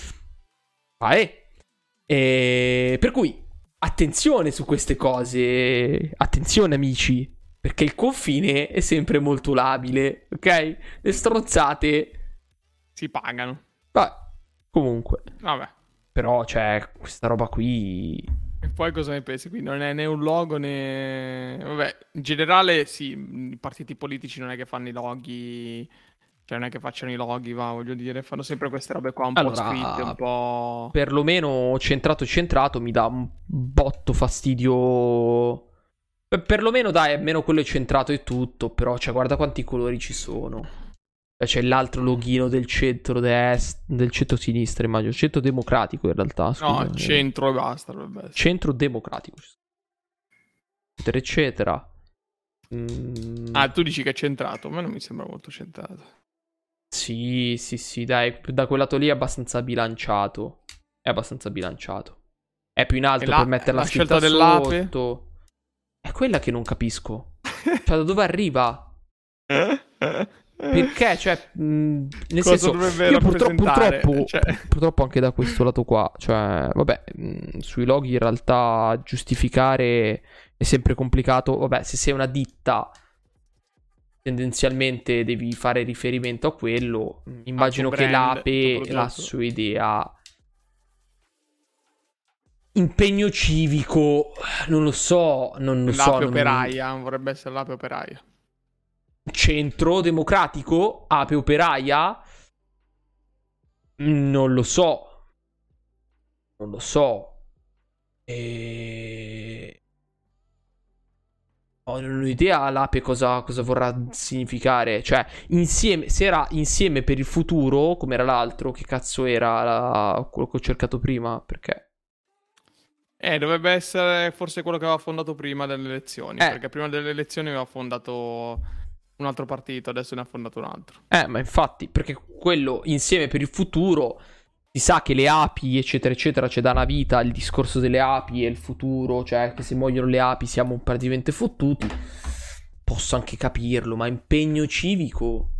Ah, eh. E... Per cui, attenzione su queste cose. Attenzione, amici, perché il confine è sempre molto labile, ok? Le stronzate... Si pagano. Vabbè, comunque. Vabbè. Però, cioè, questa roba qui... E poi cosa ne pensi? Qui non è né un logo né... Vabbè, in generale sì, i partiti politici non è che fanno i loghi... Cioè non è che facciano i loghi, va, voglio dire, fanno sempre queste robe qua un Allora, po' scritte, un po'... perlomeno centrato centrato mi dà un botto fastidio. Per- perlomeno dai, almeno quello è centrato e tutto. Però, cioè, guarda quanti colori ci sono. Cioè, c'è l'altro loghino del centro-destra, del centro-sinistra, immagino. Centro democratico in realtà. Scusa. No, centro e basta, dovrebbe essere. Centro democratico. Eccetera, eccetera. Mm, Ah, tu dici che è centrato, a me non mi sembra molto centrato. Sì, sì, sì, dai, da quel lato lì è abbastanza bilanciato. È abbastanza bilanciato. È più in alto E la- per mettere la, la scritta scelta dell'ape? sotto. È quella che non capisco. Cioè, da dove arriva? Perché, cioè, mh, nel Cosa senso, dovrebbe io purtroppo, rappresentare? purtroppo, Cioè- purtroppo anche da questo lato qua, cioè, vabbè, mh, sui loghi in realtà giustificare è sempre complicato. Vabbè, se sei una ditta, tendenzialmente devi fare riferimento a quello. Immagino tuo che brand, l'Ape, tuo prodotto. la sua idea, impegno civico, non lo so, non lo so. L'ape non- operaia, vorrebbe essere l'ape operaia. Centro democratico, Ape operaia, non lo so. Non lo so. E... Ho un'idea l'ape cosa, cosa vorrà significare. Cioè, insieme, se era insieme per il futuro, come era l'altro, che cazzo era la- quello che ho cercato prima? Perché? Eh, dovrebbe essere forse quello che aveva fondato prima delle elezioni, Eh, perché prima delle elezioni aveva fondato un altro partito, adesso ne ha fondato un altro. eh, ma infatti, perché quello insieme per il futuro, si sa che le api, eccetera, eccetera, c'è da una vita il discorso delle api e il futuro, cioè che se muoiono le api siamo praticamente fottuti. Posso anche capirlo, ma impegno civico?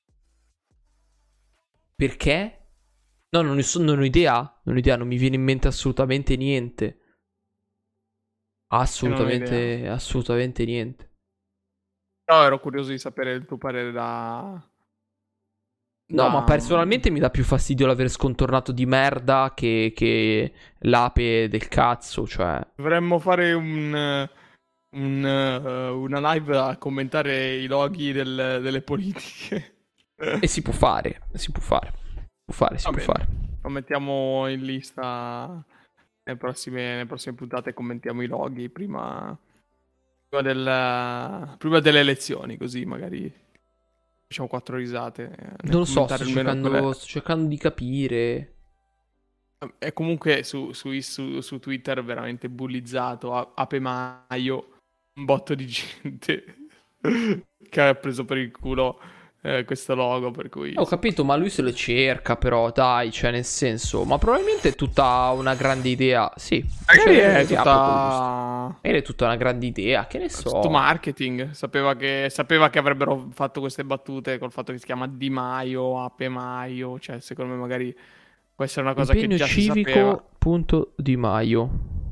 Perché? No, non ne so, non ho idea, non ho idea, non mi viene in mente assolutamente niente. E non ho idea. Assolutamente, assolutamente niente. Però ero curioso di sapere il tuo parere da... No, ma da... personalmente mi dà più fastidio l'aver scontornato di merda che, che l'ape del cazzo, cioè... Dovremmo fare un, un, eh, una live a commentare i loghi del- delle politiche. E si può fare, si può fare, può fare, si Va può bene, fare. lo mettiamo in lista nelle prossime, nelle prossime puntate, commentiamo i loghi prima, prima, del- prima delle elezioni, così magari facciamo quattro risate eh, nel Non lo so, commentare sto almeno qual cercando, è. sto cercando di capire. E comunque su, su, su, su Twitter veramente bullizzato, a- Ape Maio, un botto di gente che ha preso per il culo eh, questo logo, per cui... Ho capito, ma lui se lo cerca però, dai, cioè nel senso... Ma probabilmente è tutta una grande idea, sì. Magari Cioè, è sì, ha proprio gusto. tutta... Magari è tutta una grande idea, che ne so. tutto marketing, sapeva che, sapeva che avrebbero fatto queste battute col fatto che si chiama Di Maio, Ape Maio, cioè secondo me magari può essere una cosa Impegno che già si sapeva. civico, punto Di Maio.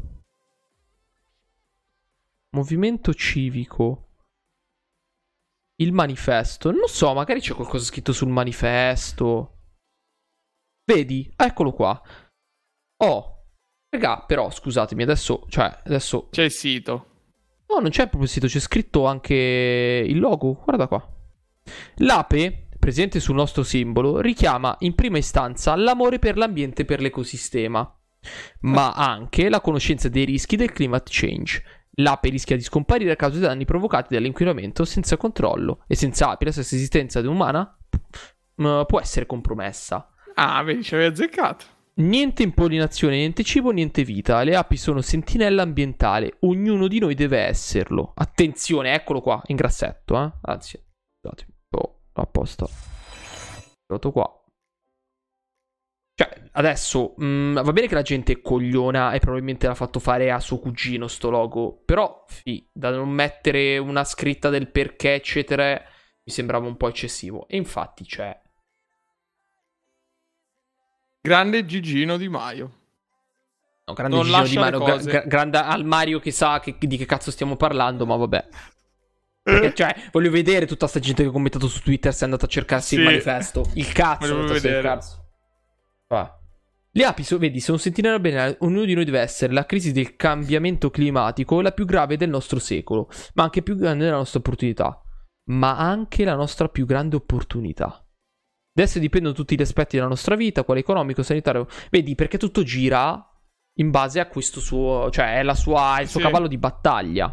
Movimento civico. Il manifesto. Non lo so, magari c'è qualcosa scritto sul manifesto. Vedi? Eccolo qua. Oh. Raga, però, scusatemi, adesso... Cioè, adesso... C'è il sito. No, non c'è proprio il sito, c'è scritto anche il logo. Guarda qua. L'ape, presente sul nostro simbolo, richiama in prima istanza l'amore per l'ambiente e per l'ecosistema, ma anche la conoscenza dei rischi del climate change. L'ape rischia di scomparire a causa dei danni provocati dall'inquinamento senza controllo, e senza api la stessa esistenza umana mm, può essere compromessa. Ah, vedi, ci avevi azzeccato. Niente impollinazione, niente cibo, niente vita. Le api sono sentinella ambientale. Ognuno di noi deve esserlo. Attenzione, eccolo qua, in grassetto, eh. Anzi, scusatemi. Oh, apposta. Trovato qua. Cioè, adesso, mh, va bene che la gente è cogliona e probabilmente l'ha fatto fare a suo cugino sto logo. Però, fi, da non mettere una scritta del perché, eccetera, mi sembrava un po' eccessivo. E infatti c'è. Grande Gigino Di Maio. No, grande Non Gigino Di lascia le Mario, gra- cose. gra- grande al Mario che sa che- di che cazzo stiamo parlando, ma vabbè. Perché, cioè, voglio vedere tutta sta gente che ha commentato su Twitter se è andata a cercarsi Sì. il manifesto. Il cazzo, è Voglio andata a vedere. cercarsi. Va. Le api, so- vedi, sono sentinella bene, ognuno di noi deve essere. La crisi del cambiamento climatico è la più grave del nostro secolo, ma anche più grande della nostra opportunità. Ma anche la nostra più grande opportunità. Da esse dipendono tutti gli aspetti della nostra vita, quale economico, sanitario. Vedi, perché tutto gira in base a questo suo... Cioè, è la sua, il suo Sì. cavallo di battaglia.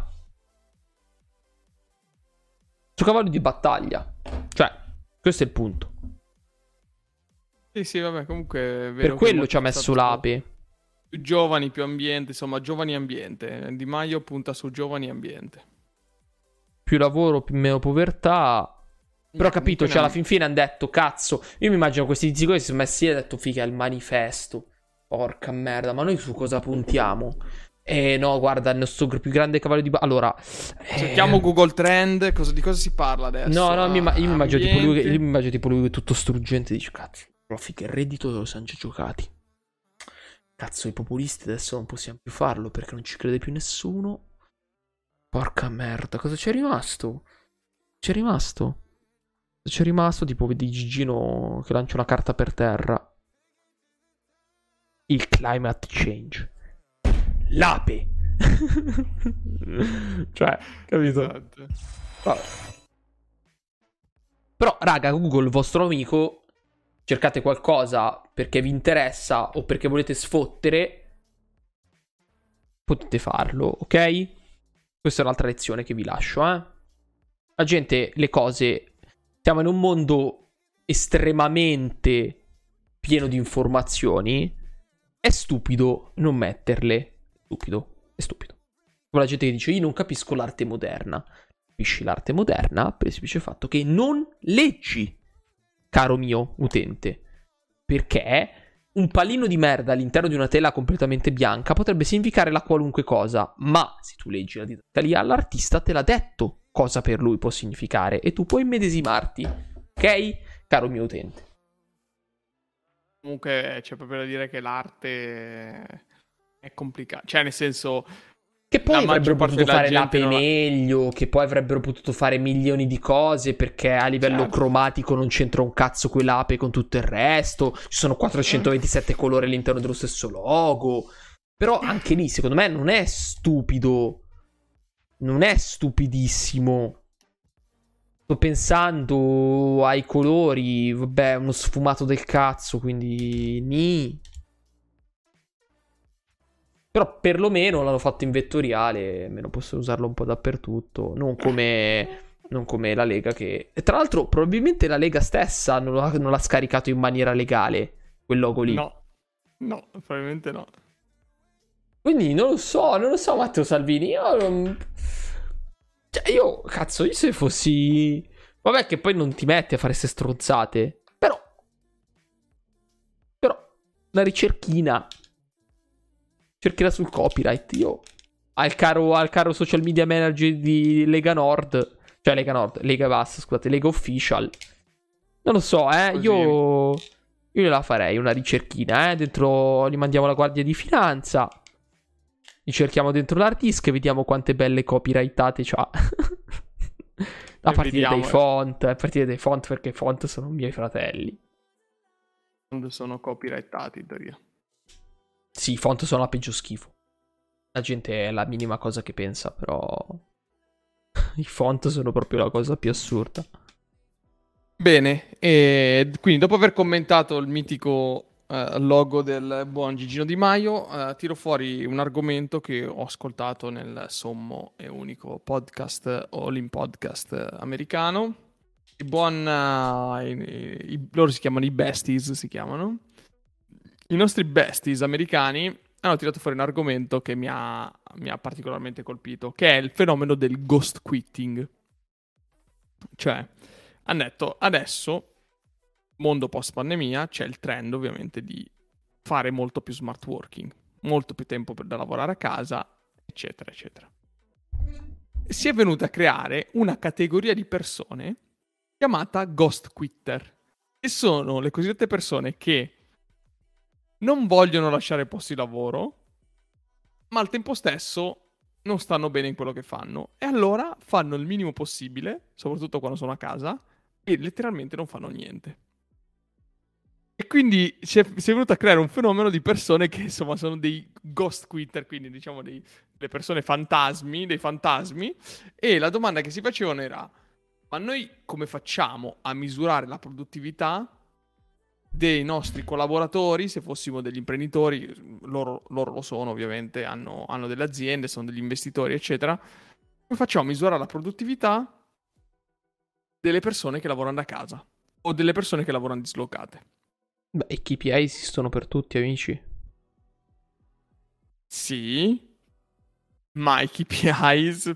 Il suo cavallo di battaglia. Cioè, questo è il punto. Sì, sì, vabbè, comunque è vero Per che quello molto ci ha messo stato- l'ape. Più giovani, più ambiente, insomma, giovani e ambiente. Di Maio punta su giovani e ambiente. Più lavoro, più meno povertà. Però ho capito, Comunque cioè alla ne- fin fine hanno detto, cazzo, io mi immagino questi tizi che si sono messi lì e hanno detto, figa, il manifesto. Porca merda, ma noi su cosa puntiamo? Eh no, guarda, il nostro gr- più grande cavallo di... Ba- allora... eh, Cerchiamo Google Trend, cosa- di cosa si parla adesso? No, no, mi imma- io mi immagino tipo lui, che- Ambiente. io mi immagino tipo lui tutto struggente, dice, cazzo, però figa, il reddito lo siamo già giocati. Cazzo, i populisti adesso non possiamo più farlo perché non ci crede più nessuno. Porca merda, cosa c'è rimasto? C'è rimasto? C'è rimasto tipo vedi Gigino che lancia una carta per terra. Il climate change. L'ape. Cioè, capito? Esatto. Vabbè. Però, raga, Google, il vostro amico, cercate qualcosa perché vi interessa o perché volete sfottere, potete farlo, ok? Questa è un'altra lezione che vi lascio, eh. La gente, le cose, siamo in un mondo estremamente pieno di informazioni, è stupido non metterle. Stupido, è stupido. Come la gente che dice, io non capisco l'arte moderna. Capisci l'arte moderna per il semplice fatto che non leggi, caro mio utente. Perché un pallino di merda all'interno di una tela completamente bianca potrebbe significare la qualunque cosa, ma se tu leggi la didascalia, l'artista te l'ha detto cosa per lui può significare e tu puoi immedesimarti, ok, caro mio utente? Comunque c'è proprio da dire che l'arte è complicata, cioè nel senso... Che poi avrebbero potuto fare l'ape non... meglio, che poi avrebbero potuto fare milioni di cose, perché a livello certo. cromatico non c'entra un cazzo quell'ape con tutto il resto, ci sono quattrocentoventisette colori all'interno dello stesso logo, però anche lì secondo me non è stupido, non è stupidissimo. Sto pensando ai colori, vabbè, uno sfumato del cazzo, quindi ni. Però perlomeno l'hanno fatto in vettoriale, almeno posso usarlo un po' dappertutto, non come, non come la Lega che... E tra l'altro probabilmente la Lega stessa non l'ha, non l'ha scaricato in maniera legale, quel logo lì. No, no, probabilmente no. Quindi non lo so, non lo so Matteo Salvini, io... Non... Cioè io, cazzo, io se fossi... Vabbè che poi non ti metti a fare queste stronzate, però... Però, una ricerchina... Cercherà sul copyright. Io al caro, al caro social media manager di Lega Nord, cioè Lega Nord, Lega Bass, scusate, Lega Official. Non lo so, eh. Così. Io Io la farei una ricerchina, eh. Dentro li mandiamo alla Guardia di Finanza. Li cerchiamo dentro l'hard disk e vediamo quante belle copyrightate c'ha. A partire vediamo, dai font, a partire dai font, perché i font sono i miei fratelli. Quando sono copyrightati in teoria. Sì, i font sono la peggio schifo. La gente è la minima cosa che pensa, però i font sono proprio la cosa più assurda. Bene, e quindi dopo aver commentato il mitico uh, logo del buon Gigino Di Maio, uh, tiro fuori un argomento che ho ascoltato nel sommo e unico podcast All In Podcast americano. Il buon, uh, i, i, loro si chiamano i besties, si chiamano. I nostri besties americani hanno tirato fuori un argomento che mi ha, mi ha particolarmente colpito, che è il fenomeno del ghost quitting. Cioè, hanno detto, adesso, mondo post pandemia, c'è il trend ovviamente di fare molto più smart working, molto più tempo per, da lavorare a casa, eccetera, eccetera. Si è venuta a creare una categoria di persone chiamata ghost quitter, che sono le cosiddette persone che non vogliono lasciare posti di lavoro, ma al tempo stesso non stanno bene in quello che fanno. E allora fanno il minimo possibile, soprattutto quando sono a casa, e letteralmente non fanno niente. E quindi si è, si è venuto a creare un fenomeno di persone che insomma sono dei ghost quitter, quindi diciamo dei, delle persone fantasmi, dei fantasmi. E la domanda che si facevano era: ma noi come facciamo a misurare la produttività dei nostri collaboratori? Se fossimo degli imprenditori, loro, loro lo sono ovviamente, hanno, hanno delle aziende, sono degli investitori eccetera, come facciamo a misurare la produttività delle persone che lavorano da casa o delle persone che lavorano dislocate? Beh, i K P I esistono per tutti, amici. Sì, ma i K P Is,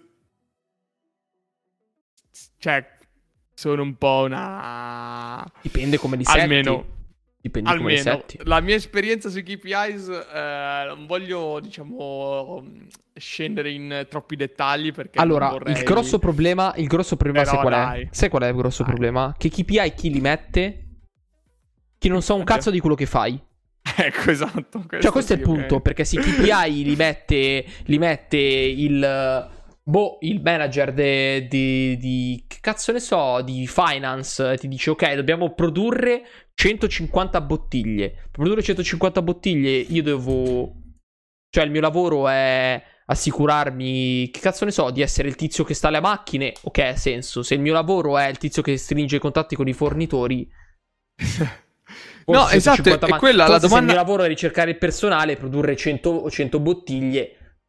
cioè, sono un po' una... Dipende come li setti. Almeno... Dipende Almeno, come li setti. la mia esperienza sui K P Is, eh, non voglio, diciamo, scendere in troppi dettagli perché allora, non vorrei... il grosso problema, il grosso problema Però sai qual dai. è? Sai qual è il grosso Dai. problema? Che K P I chi li mette? Chi non sa un cazzo di quello che fai. Ecco, esatto. Questo Cioè, questo sì, è il punto, ok. perché se i K P I li mette, li mette il... Boh, il manager de, di, di... Che cazzo ne so, di finance, ti dice, ok, dobbiamo produrre centocinquanta bottiglie. Per produrre centocinquanta bottiglie io devo... Cioè, il mio lavoro è assicurarmi, che cazzo ne so, di essere il tizio che sta alle macchine. Ok, ha senso. Se il mio lavoro è il tizio che stringe i contatti con i fornitori... No, esatto, è ma- quella la forse se il domanda... mio lavoro è ricercare il personale, produrre cento, cento bottiglie...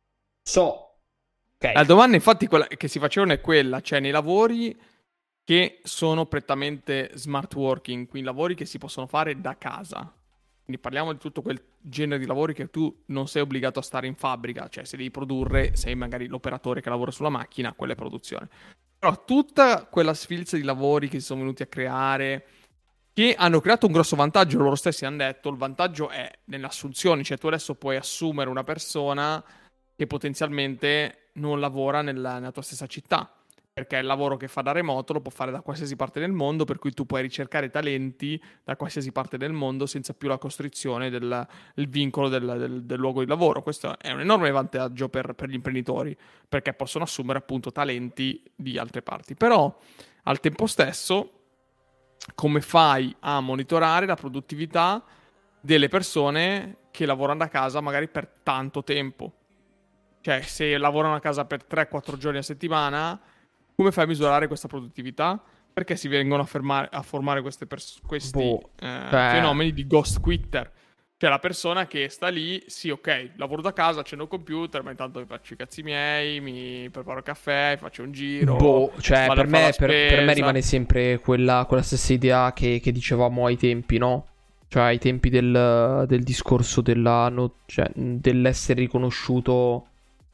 So. Okay. La domanda infatti quella che si facevano è quella, cioè nei lavori che sono prettamente smart working, quindi lavori che si possono fare da casa. Quindi parliamo di tutto quel genere di lavori che tu non sei obbligato a stare in fabbrica, cioè se devi produrre, sei magari l'operatore che lavora sulla macchina, quella è produzione. Però tutta quella sfilza di lavori che si sono venuti a creare, che hanno creato un grosso vantaggio, loro stessi hanno detto, il vantaggio è nelle assunzioni, cioè tu adesso puoi assumere una persona che potenzialmente non lavora nella, nella tua stessa città, perché il lavoro che fa da remoto lo può fare da qualsiasi parte del mondo, per cui tu puoi ricercare talenti da qualsiasi parte del mondo senza più la costrizione del il vincolo del, del, del luogo di lavoro. Questo è un enorme vantaggio per, per gli imprenditori, perché possono assumere appunto talenti di altre parti. Però al tempo stesso, come fai a monitorare la produttività delle persone che lavorano da casa magari per tanto tempo? Cioè, se lavorano a casa per tre quattro giorni a settimana, come fai a misurare questa produttività? Perché si vengono a, fermare, a formare queste pers- questi boh, eh, cioè... fenomeni di ghost quitter. Cioè la persona che sta lì, sì ok, lavoro da casa, accendo il computer, ma intanto mi faccio i cazzi miei, mi preparo il caffè, faccio un giro. Boh, cioè per me, per, per me spesa. rimane sempre quella, quella stessa idea che, che dicevamo ai tempi, no? Cioè ai tempi del, del discorso della, no, cioè, dell'essere riconosciuto...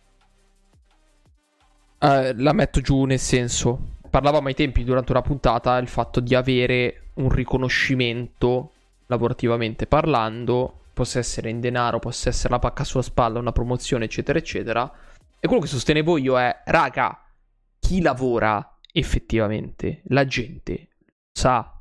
Uh, la metto giù nel senso, parlavamo ai tempi durante una puntata il fatto di avere un riconoscimento lavorativamente parlando, possa essere in denaro, possa essere la pacca sulla spalla, una promozione eccetera eccetera, e quello che sostenevo io è, raga, chi lavora effettivamente, la gente sa.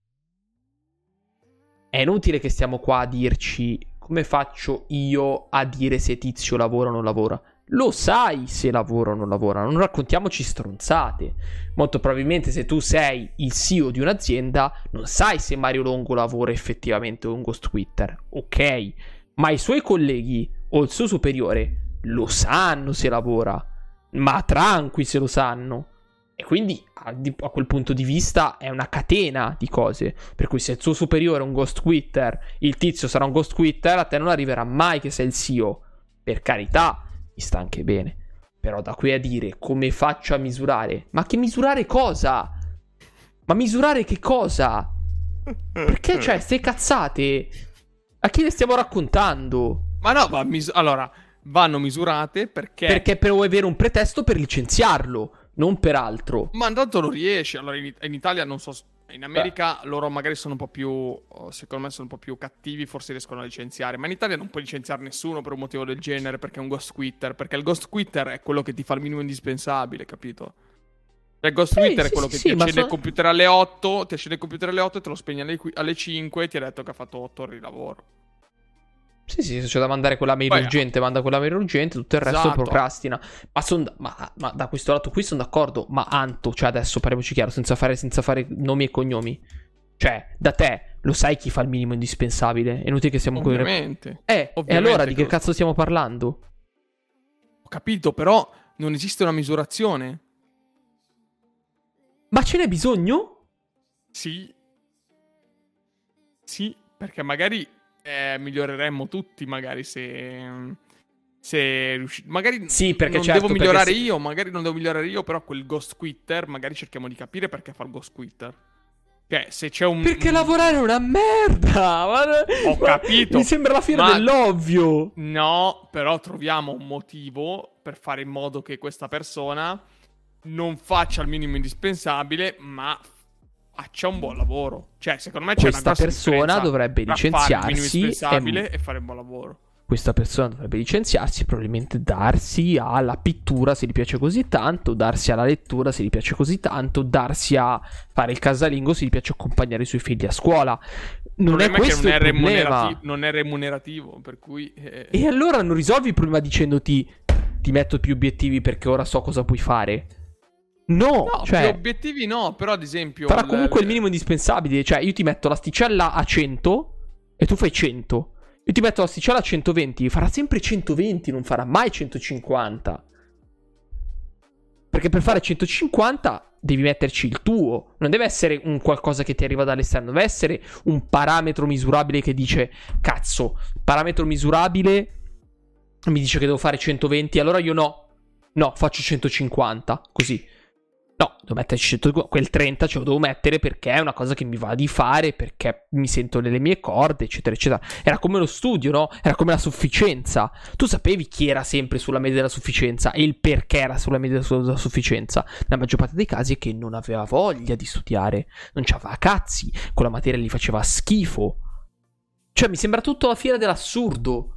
È inutile che stiamo qua a dirci come faccio io a dire se Tizio lavora o non lavora. Lo sai se lavora o non lavora, non raccontiamoci stronzate. Molto probabilmente se tu sei il C E O di un'azienda non sai se Mario Longo lavora effettivamente o un ghost quitter, ok, ma i suoi colleghi o il suo superiore lo sanno se lavora, ma tranqui se lo sanno. E quindi a, a quel punto di vista è una catena di cose, per cui se il suo superiore è un ghost quitter, il tizio sarà un ghost quitter, a te non arriverà mai che sei il C E O, per carità, sta anche bene, però da qui a dire come faccio a misurare, ma che misurare cosa? Ma misurare che cosa? Perché cioè ste cazzate a chi le stiamo raccontando? Ma no, ma mis- allora vanno misurate perché perché per avere un pretesto per licenziarlo, non per altro. ma intanto lo riesci. Allora in, in Italia non so, in America Beh. loro magari sono un po' più, secondo me sono un po' più cattivi, forse riescono a licenziare, ma in Italia non puoi licenziare nessuno per un motivo del genere, perché è un ghost quitter, perché il ghost quitter è quello che ti fa il minimo indispensabile, capito? Il ghost sì, quitter sì, è quello sì, che sì, ti accende so... il computer alle otto, ti accende il computer alle otto e te lo spegne alle, alle cinque e ti ha detto che ha fatto otto ore di lavoro. Sì, sì, se c'è da mandare quella mail Poi, urgente, manda quella mail urgente, tutto il resto esatto. procrastina. Ma, son da, ma, ma da questo lato qui sono d'accordo. Ma Anto, cioè adesso parliamoci chiaro, senza fare, senza fare nomi e cognomi. Cioè, da te lo sai chi fa il minimo indispensabile? È inutile che siamo Ovviamente. qui. Eh, Ovviamente e allora di che lo... cazzo stiamo parlando? Ho capito, però non esiste una misurazione. Ma ce n'è bisogno? Sì. Sì, perché magari eh, miglioreremmo tutti, magari se... se riusci... magari sì, perché non certo, devo migliorare se... io, magari non devo migliorare io, però quel ghost quitter, magari cerchiamo di capire perché fa il ghost quitter. Cioè, se c'è un... Perché lavorare è una merda! Ma... Ho capito! Mi sembra la fiera ma... dell'ovvio! No, però troviamo un motivo per fare in modo che questa persona non faccia il minimo indispensabile, ma faccia un buon lavoro. Cioè, secondo me c'è questa una grossa persona dovrebbe licenziarsi fare il minimo indispensabile e... e fare un buon lavoro. Questa persona dovrebbe licenziarsi, probabilmente darsi alla pittura se gli piace così tanto, darsi alla lettura se gli piace così tanto, darsi a fare il casalingo se gli piace accompagnare i suoi figli a scuola. Non è questo non è il problema. Non è remunerativo, per cui... Eh... E allora non risolvi il problema dicendoti ti metto più obiettivi perché ora so cosa puoi fare. No, no, cioè... più obiettivi no, però ad esempio... Farà il... comunque il minimo indispensabile, cioè io ti metto l'asticella a cento e tu fai cento. Io ti metto l'asticella a centoventi, farà sempre centoventi, non farà mai centocinquanta. Perché per fare centocinquanta devi metterci il tuo. Non deve essere un qualcosa che ti arriva dall'esterno, deve essere un parametro misurabile che dice cazzo, parametro misurabile mi dice che devo fare centoventi, allora io no, no, faccio centocinquanta, così. No, devo metterci centocinquanta, quel trenta ce lo devo mettere perché è una cosa che mi va di fare, perché mi sento nelle mie corde, eccetera, eccetera. Era come lo studio, no? Era come la sufficienza. Tu sapevi chi era sempre sulla media della sufficienza e il perché era sulla media della sufficienza. Nella maggior parte dei casi è che non aveva voglia di studiare, non c'aveva cazzi, quella materia gli faceva schifo. Cioè, mi sembra tutto la fiera dell'assurdo.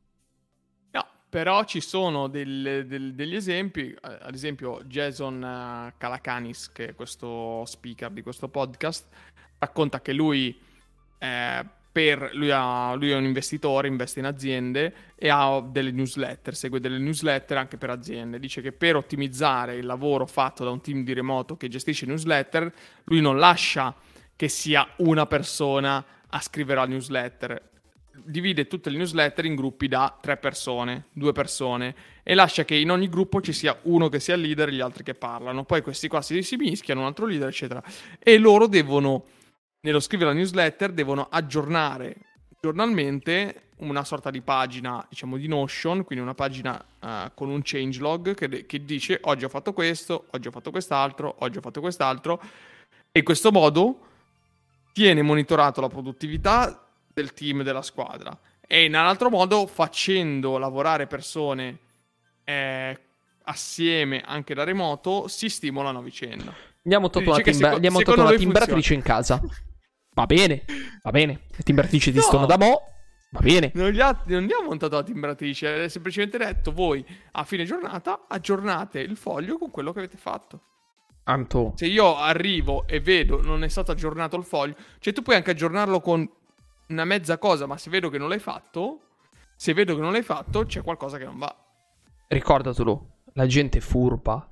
Però ci sono del, del, degli esempi, ad esempio Jason Calacanis, che è questo speaker di questo podcast, racconta che lui, eh, per, lui, ha, lui è un investitore, investe in aziende e ha delle newsletter, segue delle newsletter anche per aziende. Dice che per ottimizzare il lavoro fatto da un team di remoto che gestisce newsletter, lui non lascia che sia una persona a scrivere la newsletter. Divide tutte le newsletter in gruppi da tre persone, due persone, e lascia che in ogni gruppo ci sia uno che sia il leader e gli altri che parlano. Poi questi qua si, si mischiano, un altro leader, eccetera. E loro devono, nello scrivere la newsletter, devono aggiornare giornalmente una sorta di pagina, diciamo, di Notion, quindi una pagina uh, con un changelog che, che dice oggi ho fatto questo, oggi ho fatto quest'altro, oggi ho fatto quest'altro. E in questo modo tiene monitorato la produttività del team, della squadra, e in un altro modo facendo lavorare persone eh, assieme anche da remoto si stimolano a vicenda. Andiamo tutta la, timba- seco- andiamo tutta la timbratrice in casa. Va bene, va bene. Le timbratrici ti no, stanno da mo'. Va bene. Non gli, ha, non gli ha montato la timbratrice, è semplicemente detto voi a fine giornata aggiornate il foglio con quello che avete fatto. Anto. Se io arrivo e vedo non è stato aggiornato il foglio, cioè tu puoi anche aggiornarlo con una mezza cosa, ma se vedo che non l'hai fatto, se vedo che non l'hai fatto, c'è qualcosa che non va. Ricordatelo, la gente è furba.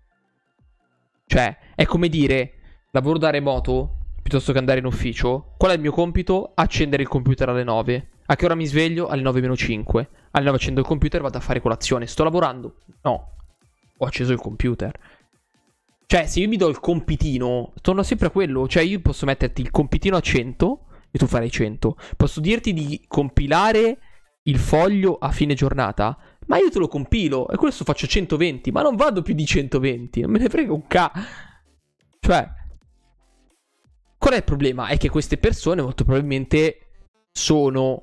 Cioè, è come dire, lavoro da remoto piuttosto che andare in ufficio. Qual è il mio compito? Accendere il computer alle nove. A che ora mi sveglio? Alle nove meno cinque. Alle nove accendo il computer e vado a fare colazione. Sto lavorando? No. Ho acceso il computer. Cioè, se io mi do il compitino, torno sempre a quello. Cioè, io posso metterti il compitino a cento e tu farai cento. Posso dirti di compilare il foglio a fine giornata, ma io te lo compilo e questo faccio centoventi, ma non vado più di centoventi, non me ne frega un ca. Cioè, qual è il problema? È che queste persone molto probabilmente sono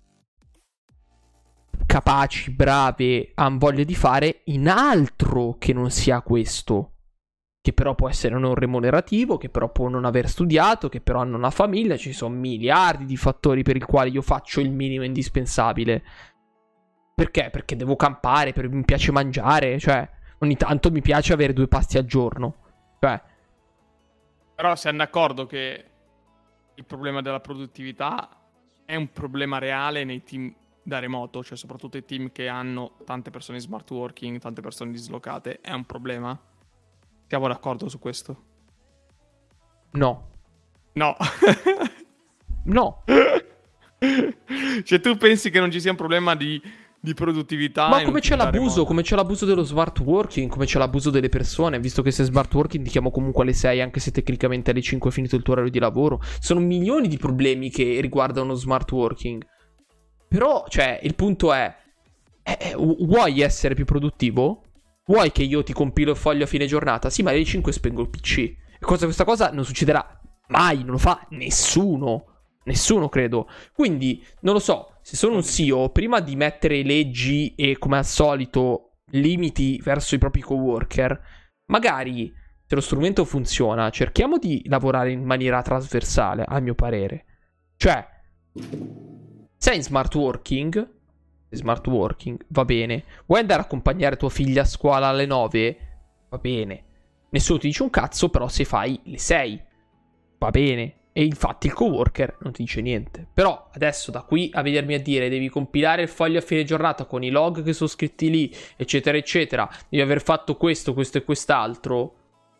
capaci, brave, hanno voglia di fare in altro che non sia questo, che però può essere non remunerativo, che però può non aver studiato, che però hanno una famiglia. Ci sono miliardi di fattori per i quali io faccio il minimo indispensabile. Perché? Perché devo campare, perché mi piace mangiare, cioè ogni tanto mi piace avere due pasti al giorno. Cioè, però siamo d'accordo che il problema della produttività è un problema reale nei team da remoto, cioè soprattutto i team che hanno tante persone in smart working, tante persone dislocate, è un problema? Siamo d'accordo su questo? No. No. No. Cioè tu pensi che non ci sia un problema di, di produttività? Ma come c'è l'abuso? Come c'è l'abuso dello smart working? Come c'è l'abuso delle persone? Visto che sei smart working ti chiamo comunque alle sei, anche se tecnicamente alle cinque è finito il tuo orario di lavoro. Sono milioni di problemi che riguardano lo smart working. Però, cioè, il punto è, è vuoi essere più produttivo? Vuoi che io ti compilo il foglio a fine giornata? Sì, ma alle cinque spengo il P C. E cosa, questa cosa non succederà mai, non lo fa nessuno. Nessuno, credo. Quindi, non lo so, se sono un C E O, prima di mettere leggi e, come al solito, limiti verso i propri coworker, magari, se lo strumento funziona, cerchiamo di lavorare in maniera trasversale, a mio parere. Cioè, sei in smart working... smart working, va bene. Vuoi andare a accompagnare tua figlia a scuola alle nove? Va bene. Nessuno ti dice un cazzo, però se fai le sei, va bene. E infatti il coworker non ti dice niente. Però adesso da qui a vedermi a dire devi compilare il foglio a fine giornata con i log che sono scritti lì, eccetera eccetera, devi aver fatto questo, questo e quest'altro.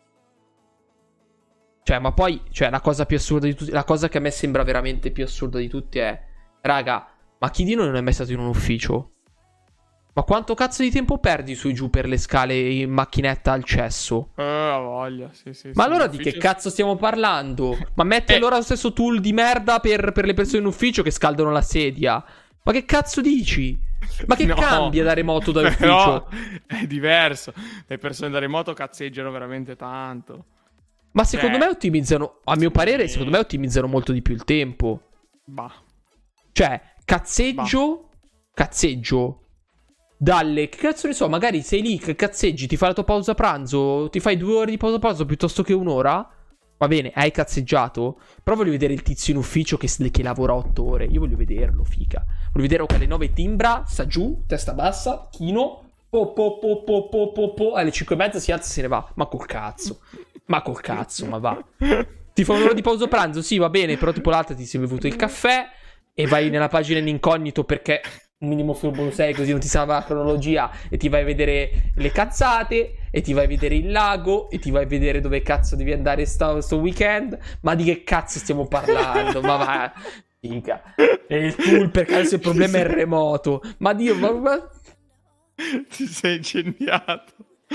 Cioè, ma poi, cioè, la cosa più assurda di tutti, la cosa che a me sembra veramente più assurda di tutti è, raga, ma chi di noi non è mai stato in un ufficio? Ma quanto cazzo di tempo perdi su e giù per le scale in macchinetta al cesso? Eh, uh, voglia, sì, sì. Ma sì, allora di che cazzo stiamo parlando? Ma metti eh. allora lo stesso tool di merda per, per le persone in ufficio che scaldano la sedia? Ma che cazzo dici? Ma che No, cambia da remoto da però ufficio? è diverso. Le persone da remoto cazzeggiano veramente tanto. Ma secondo Cioè, me ottimizzano, a mio parere, sì. secondo me ottimizzano molto di più il tempo. Bah. Cioè, cazzeggio, cazzeggio dalle, che cazzo ne so, magari sei lì che cazzeggi, ti fai la tua pausa pranzo, ti fai due ore di pausa pranzo piuttosto che un'ora. Va bene, hai cazzeggiato, però voglio vedere il tizio in ufficio che, che lavora otto ore. Io voglio vederlo, figa. Voglio vedere che alle nove timbra, sta giù, testa bassa, chino, po po po po po po po, alle cinque e mezza si alza e se ne va. Ma col cazzo. Ma col cazzo, ma va. Ti fa un'ora di pausa pranzo, sì, va bene, però tipo l'altra ti sei bevuto il caffè e vai nella pagina in incognito perché un minimo furbo lo sei, così non ti salva la cronologia, e ti vai a vedere le cazzate, e ti vai a vedere il lago, e ti vai a vedere dove cazzo devi andare sto, sto weekend. Ma di che cazzo stiamo parlando? Ma va, figa. E il tool, perché adesso il problema è il remoto. Ma Dio, ma... ma... Ti sei incendiato.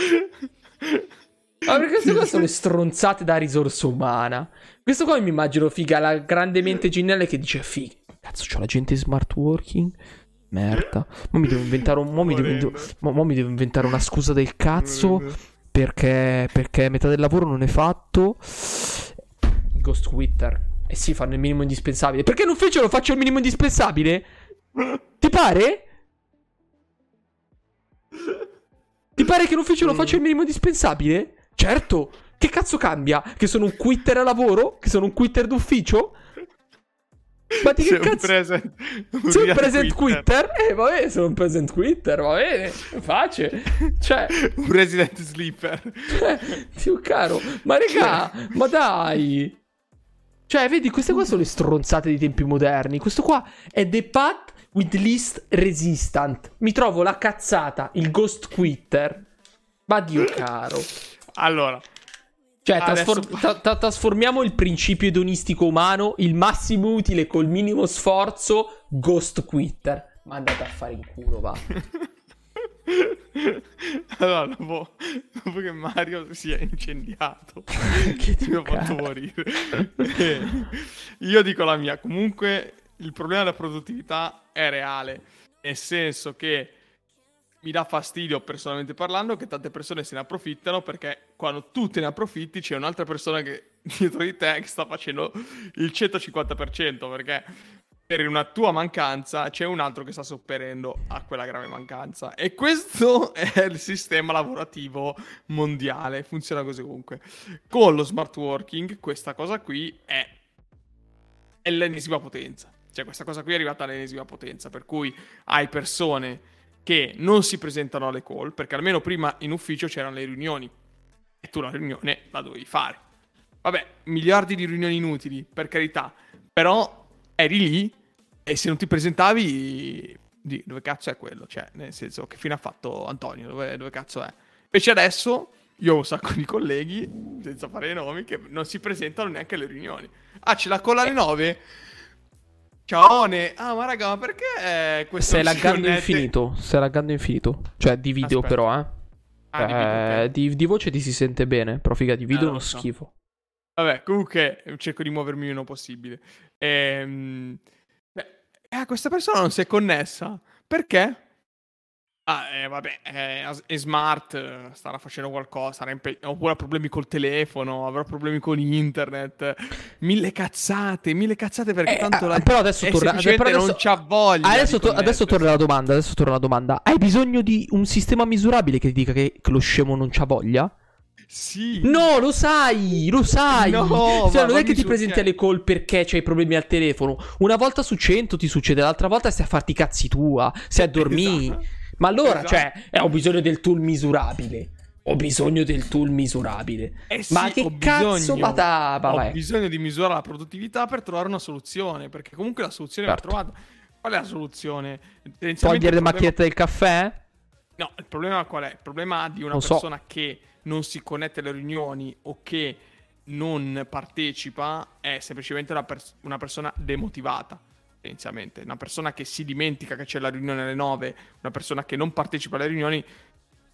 Ma perché queste qua sono le stronzate da risorsa umana. Questo qua mi immagino, figa, la grande mente geniale che dice, figa, cazzo, c'ho la gente in smart working. Merda. Mo mi devo inventare un mo mi devo, mo, mo mi devo inventare una scusa del cazzo perché perché metà del lavoro non è fatto. Ghost Twitter. Eh sì, fanno il minimo indispensabile. Perché in ufficio lo faccio il minimo indispensabile? Ti pare? Ti pare che in ufficio lo faccio il minimo indispensabile? Certo. Che cazzo cambia? Che sono un quitter a lavoro? Che sono un quitter d'ufficio? Ma di che cazzo? Present, un sei un present quitter. quitter? Eh, va bene, sono un present quitter, va bene, facile. Cioè, un resident sleeper. Cioè, Dio caro, ma raga, ma dai. Cioè, vedi, queste qua sono le stronzate dei tempi moderni. Questo qua è the path with least resistant. Mi trovo la cazzata, il ghost quitter. Ma Dio caro. Allora, cioè, trasfor- adesso... tra- tra- trasformiamo il principio edonistico umano, il massimo utile col minimo sforzo, ghost quitter. Ma andate a fare in culo, va. Allora, dopo, dopo che Mario si è incendiato, che ti ho fatto morire. Io dico la mia. Comunque, il problema della produttività è reale. Nel senso che mi dà fastidio, personalmente parlando, che tante persone se ne approfittano, perché quando tu te ne approfitti c'è un'altra persona che dietro di te che sta facendo il centocinquanta per cento, perché per una tua mancanza c'è un altro che sta sopperendo a quella grave mancanza. E questo è il sistema lavorativo mondiale, funziona così comunque. Con lo smart working questa cosa qui è, è l'ennesima potenza. Cioè questa cosa qui è arrivata all'ennesima potenza, per cui hai persone che non si presentano alle call, perché almeno prima in ufficio c'erano le riunioni e tu la riunione la dovevi fare. Vabbè, miliardi di riunioni inutili, per carità, però eri lì e se non ti presentavi, di, dove cazzo è quello? Cioè, nel senso, che fine ha fatto Antonio? Dove, dove cazzo è? Invece adesso io ho un sacco di colleghi, senza fare nomi, che non si presentano neanche alle riunioni. Ah, c'è la call alle nove? Ciao, ne. Ah, ma raga, ma perché questo Stai non si laggando connette? infinito. Stai laggando infinito. Cioè, di video Aspetta. però, eh. Ah, di video, Eh, ok. di, di voce ti si sente bene, però figa, di video Eh, è uno lo so. schifo. Vabbè, comunque cerco di muovermi il meno possibile. Ehm... Beh, eh, questa persona non si è connessa. Perché? Ah, eh, vabbè, è, è smart, eh, starà facendo qualcosa, sarà impe- oppure ha problemi col telefono, avrà problemi con internet, mille cazzate, mille cazzate perché Eh, tanto ah, la però adesso è torna- semplicemente però adesso- non c'ha voglia Adesso, di to- adesso torna la connettersi. domanda. Adesso torna la domanda. Hai bisogno di un sistema misurabile che ti dica che, che lo scemo non c'ha voglia? Sì. No, lo sai, lo sai. No, Cioè, ma non è fammi che ti su- presenti cioè- alle call perché c'hai problemi al telefono. Una volta su cento ti succede, l'altra volta stai a farti i cazzi tua, stai a dormire. Esatto. Ma allora, Esatto. cioè, eh, ho bisogno del tool misurabile. Ho bisogno del tool misurabile. Eh sì, Ma che ho cazzo bisogno- vada, Ho vai. bisogno di misurare la produttività per trovare una soluzione, perché comunque la soluzione Certo. l'ho trovata. Qual è la soluzione? Tendenzialmente Togliere il le problema- macchinette del caffè? No, il problema qual è? Il problema di una Non so. persona che non si connette alle riunioni o che non partecipa è semplicemente una, pers- una persona demotivata, tendenzialmente. Una persona che si dimentica che c'è la riunione alle nove, una persona che non partecipa alle riunioni,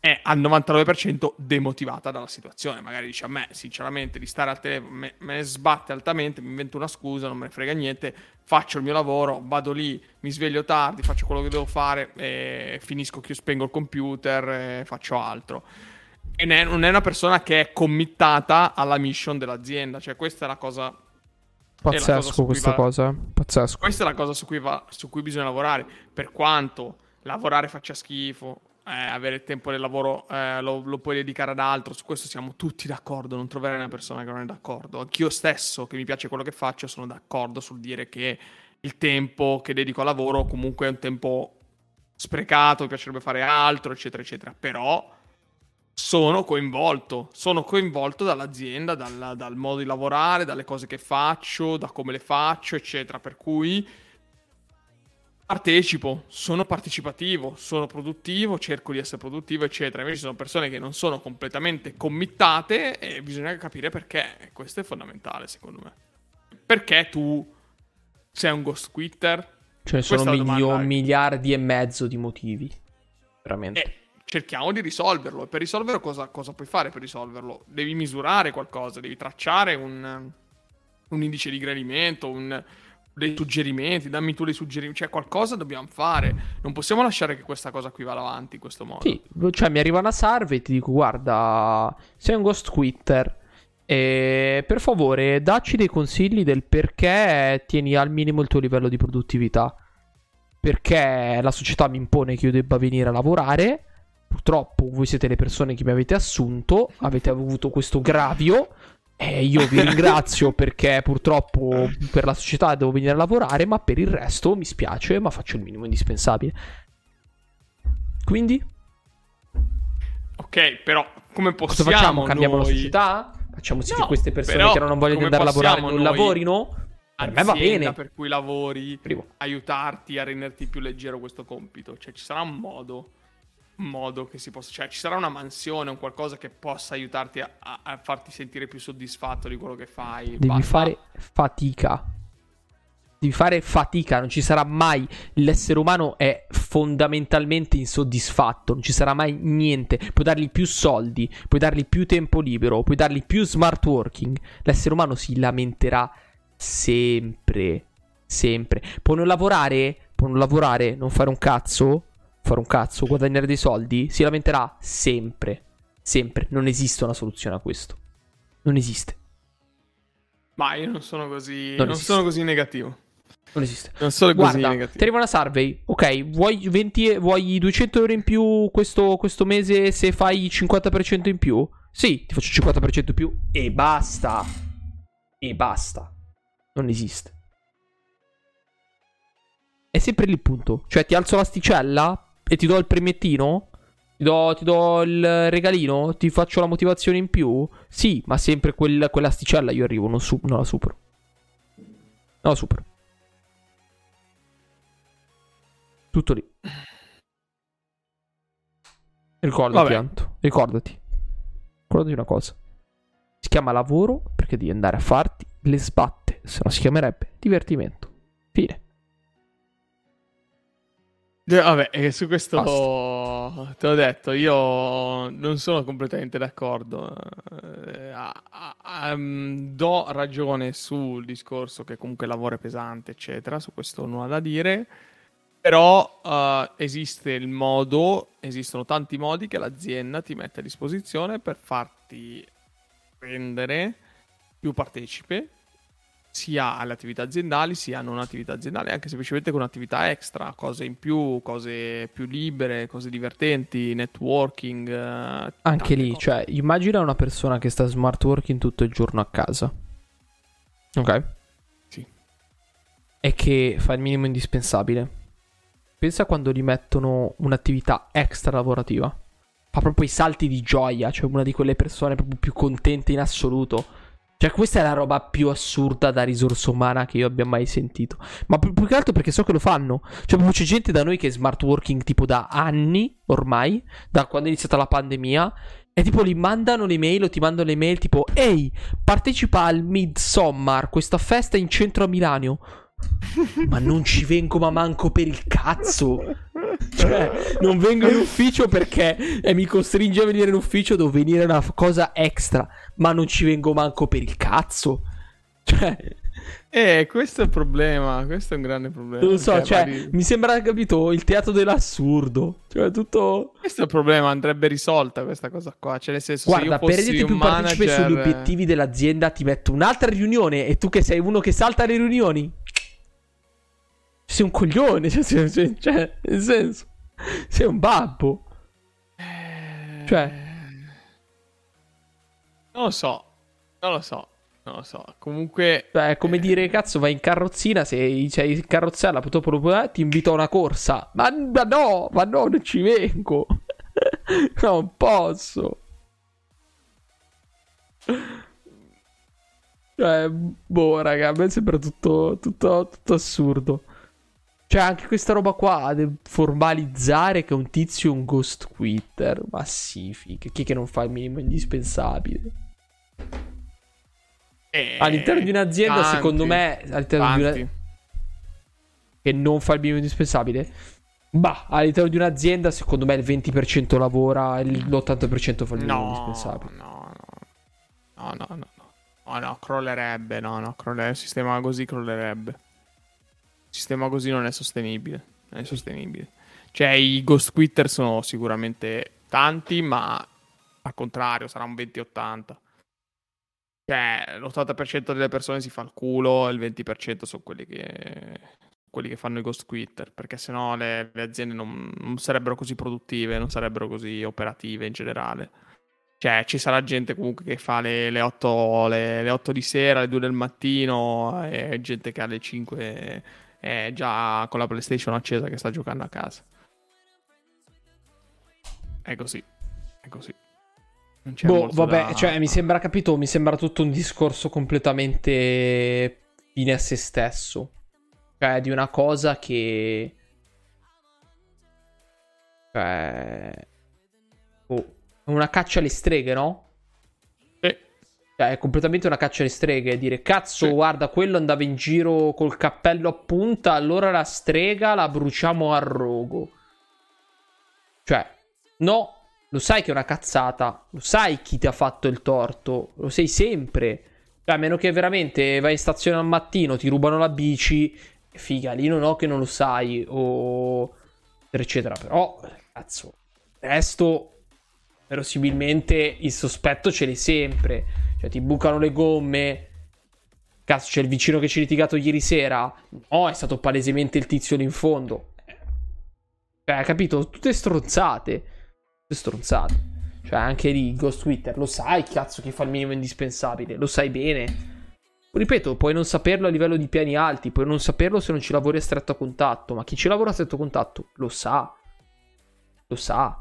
è al novantanove per cento demotivata dalla situazione. Magari dice: a me sinceramente di stare al telefono me, me ne sbatte altamente, mi invento una scusa, non me ne frega niente, faccio il mio lavoro, vado lì, mi sveglio tardi, faccio quello che devo fare e finisco che io spengo il computer e faccio altro. E non è una persona che è committata alla mission dell'azienda. Cioè questa è la cosa... Pazzesco questa va... cosa, pazzesco. Questa è la cosa su cui, va... su cui bisogna lavorare. Per quanto lavorare faccia schifo, Eh, avere il tempo del lavoro eh, lo, lo puoi dedicare ad altro, su questo siamo tutti d'accordo, non troverai una persona che non è d'accordo. Anch'io stesso, che mi piace quello che faccio, sono d'accordo sul dire che il tempo che dedico al lavoro comunque è un tempo sprecato, mi piacerebbe fare altro, eccetera eccetera. Però sono coinvolto sono coinvolto dall'azienda, dal, dal modo di lavorare, dalle cose che faccio, da come le faccio, eccetera, per cui partecipo, sono partecipativo, sono produttivo, cerco di essere produttivo, eccetera. Invece ci sono persone che non sono completamente committate e bisogna capire perché. Questo è fondamentale, secondo me. Perché tu sei un ghost quitter? Ce ne sono milio- miliardi e mezzo di motivi, veramente. E cerchiamo di risolverlo. E per risolverlo cosa, cosa puoi fare per risolverlo? Devi misurare qualcosa, devi tracciare un, un indice di gradimento, un... dei suggerimenti, dammi tu dei suggerimenti, cioè qualcosa dobbiamo fare, non possiamo lasciare che questa cosa qui vada avanti in questo modo. Sì, cioè mi arriva una survey e ti dico: guarda, sei un ghost quitter e per favore dacci dei consigli del perché tieni al minimo il tuo livello di produttività, perché la società mi impone che io debba venire a lavorare, purtroppo voi siete le persone che mi avete assunto, avete avuto questo gravio. E io vi ringrazio perché purtroppo per la società devo venire a lavorare, ma per il resto mi spiace, ma faccio il minimo indispensabile. Quindi? Ok, però come possiamo? Cosa facciamo? Cambiamo noi... la società? Facciamo sì no, che queste persone però, che non vogliono andare a lavorare non noi... lavorino? Per me va bene. Per cui lavori, Primo. aiutarti a renderti più leggero questo compito. Cioè ci sarà un modo... un modo che si possa, cioè ci sarà una mansione, un qualcosa che possa aiutarti a, a, a farti sentire più soddisfatto di quello che fai. Devi Basta. fare fatica. Devi fare fatica, non ci sarà mai. L'essere umano è fondamentalmente insoddisfatto, non ci sarà mai niente. Puoi dargli più soldi, puoi dargli più tempo libero, puoi dargli più smart working. L'essere umano si lamenterà sempre, sempre. Può non lavorare, può non lavorare, non fare un cazzo. Fare un cazzo, guadagnare dei soldi, si lamenterà sempre, sempre. Non esiste una soluzione a questo. Non esiste. Ma io non sono così, non, non sono così negativo. Non esiste. Non sono Guarda, così negativo. ti arriva una survey. Ok, vuoi venti, vuoi duecento euro in più questo, questo mese se fai cinquanta per cento in più? Sì, ti faccio cinquanta per cento in più e basta. E basta. Non esiste. È sempre lì il punto. Cioè ti alzo l'asticella e ti do il premiettino? Ti do, ti do il regalino? Ti faccio la motivazione in più? Sì, ma sempre quel, quell'asticella io arrivo, non, su, non la supero. Non la supero. Tutto lì. Ricordati, Vabbè. Anto. Ricordati. Ricordati una cosa. Si chiama lavoro perché devi andare a farti le sbatte. Se no si chiamerebbe divertimento. Fine. Vabbè, e su questo Basta. te l'ho detto, io non sono completamente d'accordo. Eh, um, do ragione sul discorso che comunque il lavoro è pesante, eccetera, su questo non ha da dire. Però uh, esiste il modo, esistono tanti modi che l'azienda ti mette a disposizione per farti rendere più partecipe sia alle attività aziendali sia a non attività aziendali, anche semplicemente con attività extra, cose in più, cose più libere, cose divertenti, networking. Uh, Anche lì, cose. cioè, immagina una persona che sta smart working tutto il giorno a casa. Ok? Sì. E che fa il minimo indispensabile. Pensa quando gli mettono un'attività extra lavorativa. Fa proprio i salti di gioia, cioè una di quelle persone proprio più contente in assoluto. Cioè questa è la roba più assurda da risorsa umana che io abbia mai sentito. Ma più, più che altro perché so che lo fanno. Cioè proprio c'è gente da noi che è smart working tipo da anni ormai, da quando è iniziata la pandemia, e tipo gli mandano le mail o ti mandano le mail tipo: ehi, partecipa al Midsommar, questa festa in centro a Milano. Ma non ci vengo ma manco per il cazzo. Cioè, non vengo in ufficio perché eh, mi costringe a venire in ufficio, devo venire una f- cosa extra, ma non ci vengo manco per il cazzo. Cioè, Eh, questo è il problema, questo è un grande problema. non lo so, cioè, vari- mi sembra, capito, il teatro dell'assurdo. Cioè, tutto... Questo è il problema, andrebbe risolta questa cosa qua. Cioè, nel senso, Guarda, se io per fossi renderti un più partecipe manager... sugli obiettivi dell'azienda ti metto un'altra riunione e tu che sei uno che salta le riunioni sei un coglione, cioè, cioè, cioè, cioè, nel senso, sei un babbo. Eh, Cioè, Non lo so, non lo so, non lo so. Comunque... cioè, è come eh, dire, cazzo, vai in carrozzina, se sei in carrozzella, poi dopo dopo, eh, ti invito a una corsa. Ma, ma no, ma no, non ci vengo. Non posso. Cioè, boh, raga, a me sembra tutto, tutto, tutto assurdo. Cioè, anche questa roba qua, de- formalizzare che un tizio è un ghost quitter. Ma sì, figa, chi è che non fa il minimo indispensabile? eh, All'interno di un'azienda, tanti, secondo me, all'interno di tanti. una... che non fa il minimo indispensabile? Bah, all'interno di un'azienda, secondo me il venti per cento lavora e l'ottanta per cento fa il minimo No, indispensabile. no, no, no, no, no, no, no, no, crollerebbe, no, no, crollerebbe, un sistema così crollerebbe. Un sistema così non è sostenibile, non è sostenibile. Cioè, i ghost quitter sono sicuramente tanti, ma al contrario, sarà un venti ottanta. Cioè, l'ottanta per cento delle persone si fa il culo e il venti per cento sono quelli che, quelli che fanno i ghost quitter, perché sennò le, le aziende non, non sarebbero così produttive, non sarebbero così operative in generale. Cioè, ci sarà gente comunque che fa le, le otto, le, le otto di sera, le due del mattino, e gente che alle cinque è già con la PlayStation accesa che sta giocando a casa. È così, è così. Non c'è Boh, molto vabbè, da... cioè, mi sembra, capito, mi sembra tutto un discorso completamente fine a se stesso. Cioè, di una cosa che... Cioè... Boh, è una caccia alle streghe, no? Sì. Cioè, è completamente una caccia alle streghe. Dire, cazzo, Sì. guarda, quello andava in giro col cappello a punta, allora la strega la bruciamo a rogo. Cioè, no, lo sai che è una cazzata, lo sai chi ti ha fatto il torto, lo sai sempre. Cioè, a meno che veramente vai in stazione al mattino, ti rubano la bici, figa, lì non ho che non lo sai, o... eccetera. Però, cazzo, il resto... verosimilmente il sospetto ce l'hai sempre. Cioè, ti bucano le gomme. Cazzo, c'è il vicino che ci ha litigato ieri sera. No, è stato palesemente il tizio lì in fondo. Cioè, capito? Tutte stronzate. Tutte stronzate. Cioè, anche lì, il Ghost Twitter. Lo sai, cazzo, che fa il minimo indispensabile. Lo sai bene. Ripeto, puoi non saperlo a livello di piani alti. Puoi non saperlo se non ci lavori a stretto contatto. Ma chi ci lavora a stretto contatto lo sa. Lo sa.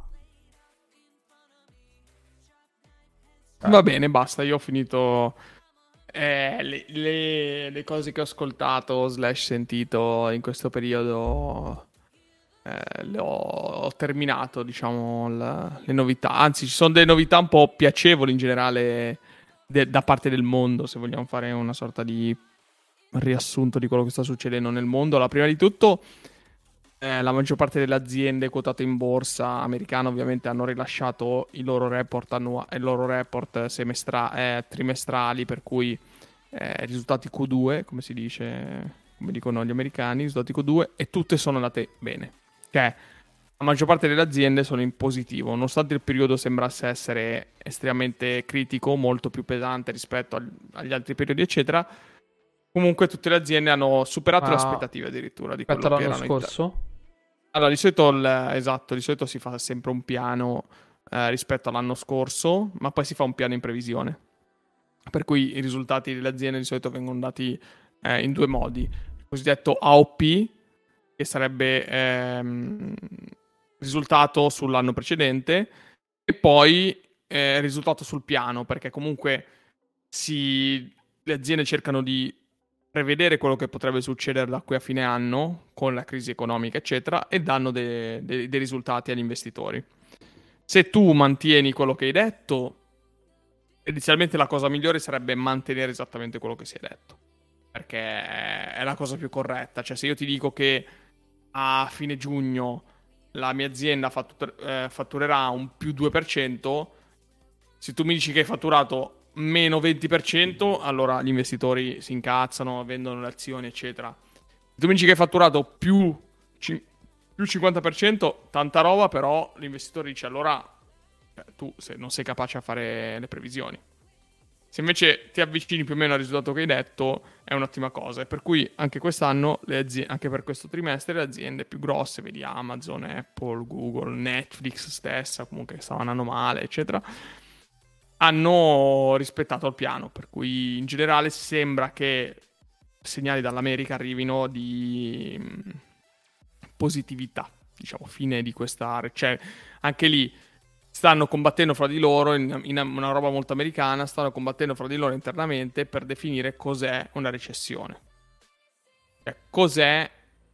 Va bene, basta, io ho finito eh, le, le- le cose che ho ascoltato slash sentito in questo periodo. Eh, le ho, ho terminato, diciamo, la- le novità. Anzi, ci sono delle novità un po' piacevoli in generale de- da parte del mondo, se vogliamo fare una sorta di riassunto di quello che sta succedendo nel mondo. La prima di tutto... Eh, la maggior parte delle aziende quotate in borsa americane ovviamente hanno rilasciato i loro report, annua- i loro report semestra- eh, trimestrali, per cui eh, risultati Q due, come si dice, come dicono gli americani, risultati Q due, e tutte sono andate bene. Cioè, la maggior parte delle aziende sono in positivo, nonostante il periodo sembrasse essere estremamente critico, molto più pesante rispetto al- agli altri periodi, eccetera. Comunque tutte le aziende hanno superato le Ma- aspettative addirittura di Aspetta, quello che l'anno erano in te- scorso? allora, di solito, il- esatto, di solito si fa sempre un piano eh, rispetto all'anno scorso, ma poi si fa un piano in previsione. Per cui i risultati delle aziende di solito vengono dati eh, in due modi. Il cosiddetto A O P, che sarebbe ehm, risultato sull'anno precedente, e poi eh, risultato sul piano, perché comunque si, le aziende cercano di prevedere quello che potrebbe succedere da qui a fine anno con la crisi economica, eccetera, e danno de- de- dei risultati agli investitori. Se tu mantieni quello che hai detto, inizialmente la cosa migliore sarebbe mantenere esattamente quello che si è detto, perché è la cosa più corretta. Cioè, se io ti dico che a fine giugno la mia azienda fattur- eh, fatturerà un più due per cento, se tu mi dici che hai fatturato meno venti per cento, allora gli investitori si incazzano, vendono le azioni, eccetera. Se tu mi dici che hai fatturato più, ci- più cinquanta per cento, tanta roba, però l'investitore dice allora eh, tu se non sei capace a fare le previsioni. Se invece ti avvicini più o meno al risultato che hai detto, è un'ottima cosa. E per cui anche quest'anno, le azie- anche per questo trimestre, le aziende più grosse, vedi Amazon, Apple, Google, Netflix stessa, comunque che stavano andando male, eccetera, hanno rispettato il piano. Per cui in generale sembra che segnali dall'America arrivino di mh, positività, diciamo, fine di questa... Cioè, anche lì stanno combattendo fra di loro, in, in una roba molto americana, stanno combattendo fra di loro internamente per definire cos'è una recessione. Cioè, cos'è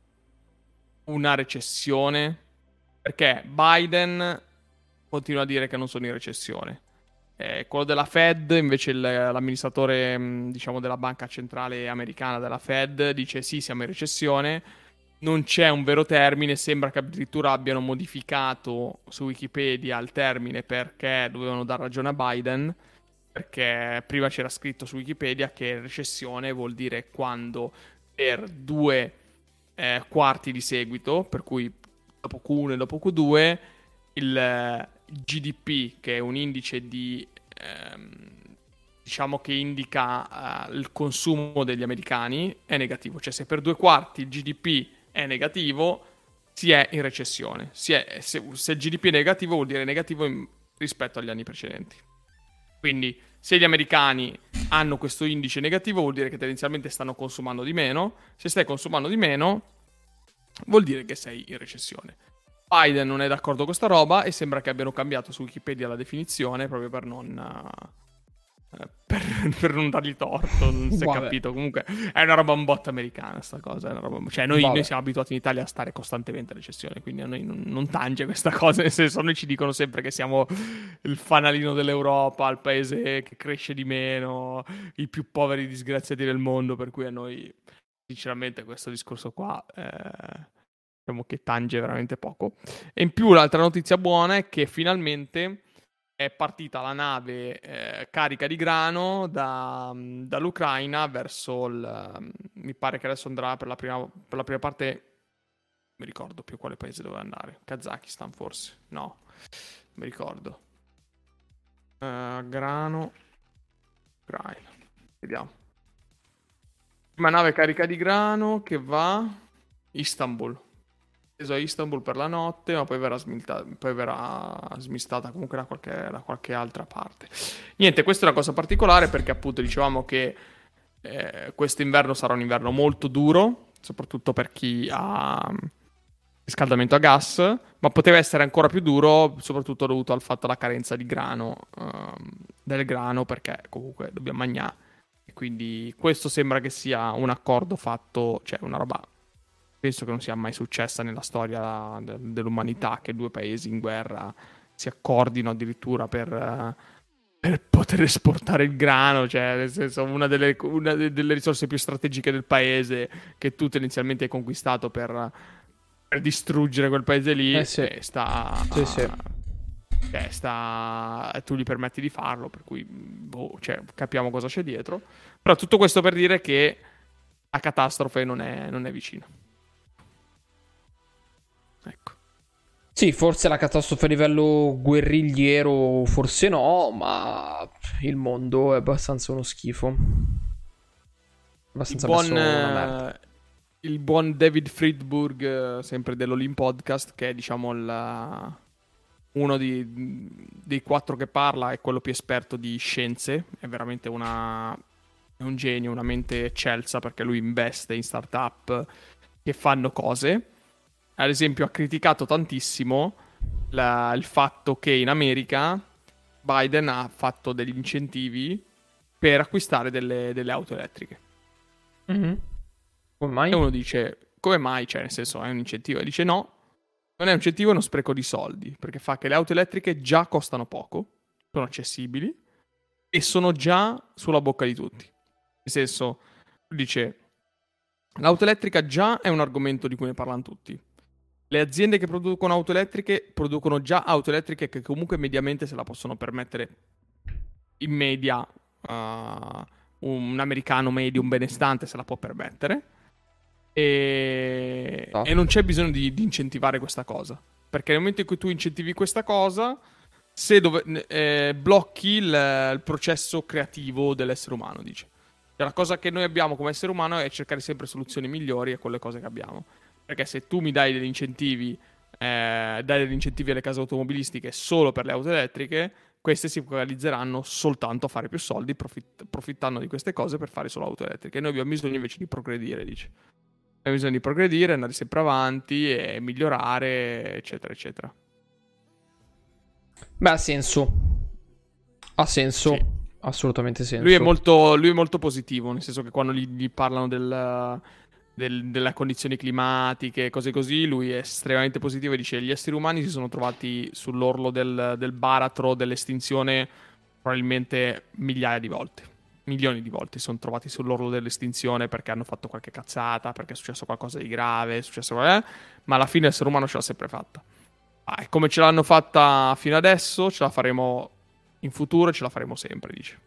una recessione? Perché Biden continua a dire che non sono in recessione. Eh, quello della Fed, invece il- l'amministratore, mh, diciamo, della banca centrale americana della Fed, dice sì, siamo in recessione. Non c'è un vero termine, sembra che addirittura abbiano modificato su Wikipedia il termine perché dovevano dar ragione a Biden, perché prima c'era scritto su Wikipedia che recessione vuol dire quando per due eh, quarti di seguito, per cui dopo Q uno e dopo Q due, il eh, G D P, che è un indice di... ehm, diciamo che indica uh, il consumo degli americani, è negativo. Cioè se per due quarti il G D P è negativo, si è in recessione. Si è, se, se il G D P è negativo vuol dire negativo in, rispetto agli anni precedenti. Quindi se gli americani hanno questo indice negativo vuol dire che tendenzialmente stanno consumando di meno. Se stai consumando di meno vuol dire che sei in recessione. Biden non è d'accordo con questa roba e sembra che abbiano cambiato su Wikipedia la definizione proprio per non... Uh, per, per non dargli torto, non si è Vabbè. capito. Comunque è una roba un botto americana sta cosa, è una roba... Cioè noi, noi siamo abituati in Italia a stare costantemente in recessione, quindi a noi non, non tange questa cosa, nel senso noi ci dicono sempre che siamo il fanalino dell'Europa, il paese che cresce di meno, i più poveri disgraziati del mondo, per cui a noi sinceramente questo discorso qua eh, diciamo che tange veramente poco. E in più l'altra notizia buona è che finalmente è partita la nave eh, carica di grano da, dall'Ucraina verso il... mi pare che adesso andrà per la prima, per la prima parte, non mi ricordo più quale paese doveva andare, Kazakistan forse, no, non mi ricordo. Uh, grano, Ucraina, vediamo. Prima nave carica di grano che va Istanbul. A Istanbul per la notte, ma poi verrà, smilta- poi verrà smistata comunque da qualche, da qualche altra parte. Niente, questa è una cosa particolare perché appunto dicevamo che eh, questo inverno sarà un inverno molto duro, soprattutto per chi ha riscaldamento a gas, ma poteva essere ancora più duro, soprattutto dovuto al fatto della carenza di grano, ehm, del grano, perché comunque dobbiamo mangiare. E quindi questo sembra che sia un accordo fatto, cioè una roba... Penso che non sia mai successa nella storia de- dell'umanità che due paesi in guerra si accordino addirittura per, uh, per poter esportare il grano, cioè nel senso una delle, una delle risorse più strategiche del paese che tu tendenzialmente hai conquistato per, per distruggere quel paese lì Eh sì. e sta... Sì, sì. Cioè, sta... tu gli permetti di farlo, per cui boh, cioè, capiamo cosa c'è dietro. Però tutto questo per dire che la catastrofe non è, non è vicina. Ecco. Sì, forse la catastrofe a livello guerrigliero, forse no, ma il mondo è abbastanza uno schifo. Abbastanza Il buon, messo una merda. eh, il buon David Friedburg, eh, sempre dell'Olim Podcast, che è diciamo il, uno di- dei quattro che parla, è quello più esperto di scienze, è veramente una, è un genio, una mente eccelsa perché lui investe in startup che fanno cose. Ad esempio ha criticato tantissimo la- il fatto che in America Biden ha fatto degli incentivi per acquistare delle, delle auto elettriche. Mm-hmm. Come mai? E uno dice, come mai? Cioè, nel senso, è un incentivo? E dice no, non è un incentivo, è uno spreco di soldi, perché fa che le auto elettriche già costano poco, sono accessibili e sono già sulla bocca di tutti. Nel senso, dice, l'auto elettrica già è un argomento di cui ne parlano tutti. Le aziende che producono auto elettriche producono già auto elettriche che comunque mediamente se la possono permettere in media. Uh, un americano medio, un benestante se la può permettere. E, Ah. e non c'è bisogno di, di incentivare questa cosa. Perché nel momento in cui tu incentivi questa cosa, se dove, eh, blocchi il, il processo creativo dell'essere umano, dice. Cioè, la cosa che noi abbiamo come essere umano è cercare sempre soluzioni migliori a quelle cose che abbiamo. Perché se tu mi dai degli incentivi, eh, dai degli incentivi alle case automobilistiche solo per le auto elettriche, queste si focalizzeranno soltanto a fare più soldi, profitt- profittando di queste cose per fare solo auto elettriche. E noi abbiamo bisogno invece di progredire, dice. Abbiamo bisogno di progredire, andare sempre avanti e migliorare, eccetera, eccetera. Beh, ha senso. Ha senso. Sì. Assolutamente senso. Lui è molto, lui è molto positivo, nel senso che quando gli, gli parlano del, del, delle condizioni climatiche, cose così, lui è estremamente positivo e dice: gli esseri umani si sono trovati sull'orlo del, del baratro dell'estinzione probabilmente migliaia di volte, milioni di volte si sono trovati sull'orlo dell'estinzione perché hanno fatto qualche cazzata, perché è successo qualcosa di grave, è successo eh, ma alla fine l'essere umano ce l'ha sempre fatta. Ah, e come ce l'hanno fatta fino adesso, ce la faremo in futuro e ce la faremo sempre, dice.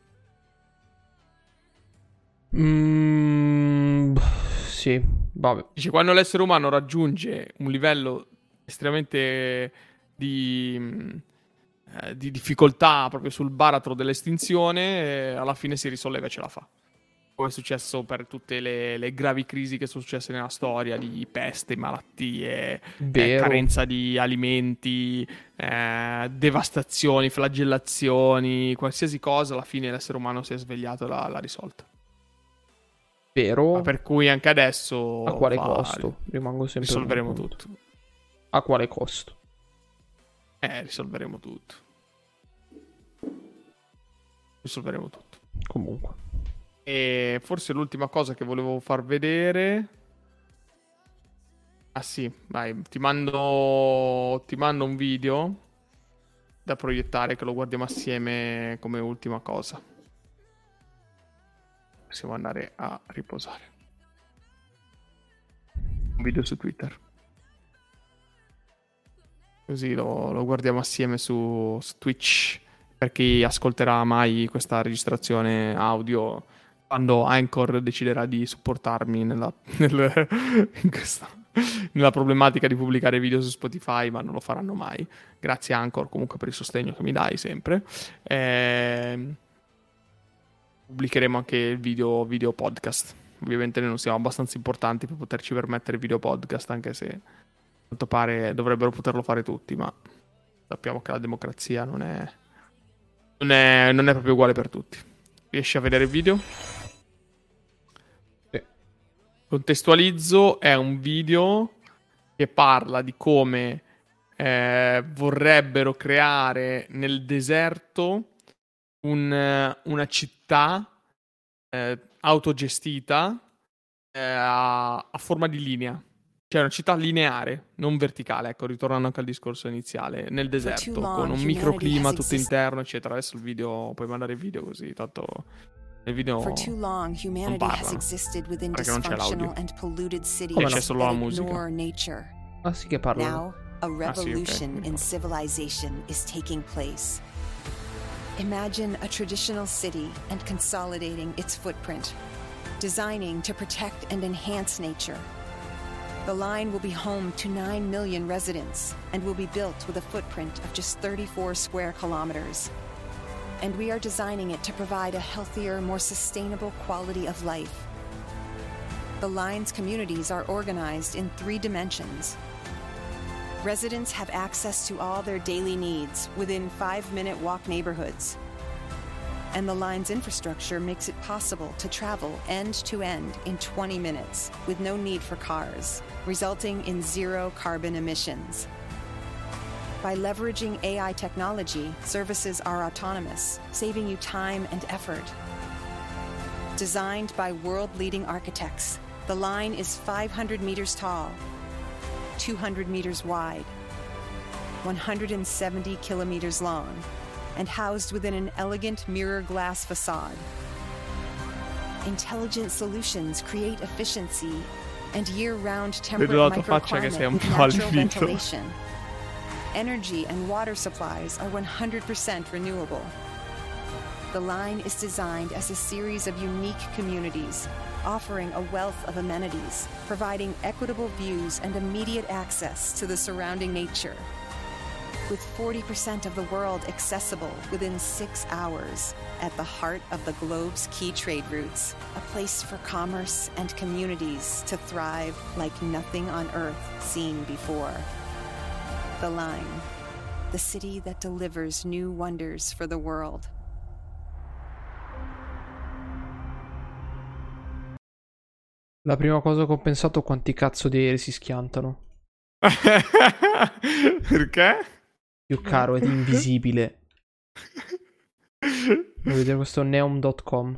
Mm, sì, vabbè. Dice, quando l'essere umano raggiunge un livello estremamente di, eh, di difficoltà proprio sul baratro dell'estinzione, eh, alla fine si risolleva e ce la fa. Come è successo per tutte le, le gravi crisi che sono successe nella storia, di peste, malattie, eh, carenza di alimenti, eh, devastazioni, flagellazioni, qualsiasi cosa, alla fine l'essere umano si è svegliato e l'ha, l'ha risolta. Vero. Ma per cui anche adesso a quale fa... costo? Rimango sempre risolveremo tutto. A quale costo? Eh, risolveremo tutto. Risolveremo tutto. Comunque. E forse l'ultima cosa che volevo far vedere... Ah sì, vai, ti mando, ti mando un video da proiettare che lo guardiamo assieme come ultima cosa. Possiamo andare a riposare. Un video su Twitter. Così lo, lo guardiamo assieme su, su Twitch. Per chi ascolterà mai questa registrazione audio, quando Anchor deciderà di supportarmi nella, nel, in questa, nella problematica di pubblicare video su Spotify, ma non lo faranno mai. Grazie Anchor comunque per il sostegno che mi dai sempre. Ehm... Pubblicheremo anche il video, video podcast. Ovviamente noi non siamo abbastanza importanti per poterci permettere video podcast, anche se a quanto pare dovrebbero poterlo fare tutti, ma sappiamo che la democrazia non è, non è, non è proprio uguale per tutti. Riesci a vedere il video? Sì. Contestualizzo, è un video che parla di come eh, vorrebbero creare nel deserto Un, una città eh, autogestita eh, a, a forma di linea, cioè una città lineare, non verticale, ecco, ritornando anche al discorso iniziale, nel deserto, con un microclima tutto interno, eccetera. Adesso il video, puoi mandare il video così, tanto nel video non parlano, perché non c'è l'audio. Come c'è solo la musica. Ah sì che parlano. A revolution in civilization is taking place. Imagine a traditional city and consolidating its footprint, designing to protect and enhance nature. The line will be home to nine million residents and will be built with a footprint of just thirty-four square kilometers. And we are designing it to provide a healthier, more sustainable quality of life. The line's communities are organized in three dimensions. Residents have access to all their daily needs within five-minute walk neighborhoods. And the line's infrastructure makes it possible to travel end-to-end in twenty minutes with no need for cars, resulting in zero carbon emissions. By leveraging A I technology, services are autonomous, saving you time and effort. Designed by world-leading architects, the line is five hundred meters tall, two hundred meters wide, one hundred seventy kilometers long, and housed within an elegant mirror glass facade. Intelligent solutions create efficiency and year-round Vedo la temperate tua faccia che sei microclimate un with po' natural allibito. ventilation. Energy and water supplies are one hundred percent renewable. The line is designed as a series of unique communities, offering a wealth of amenities, providing equitable views and immediate access to the surrounding nature. With forty percent of the world accessible within six hours, at the heart of the globe's key trade routes, a place for commerce and communities to thrive like nothing on Earth seen before. The Line, the city that delivers new wonders for the world. La prima cosa che ho pensato è quanti cazzo di aerei si schiantano. Perché? Più caro ed invisibile. Devo vedere questo neom punto com.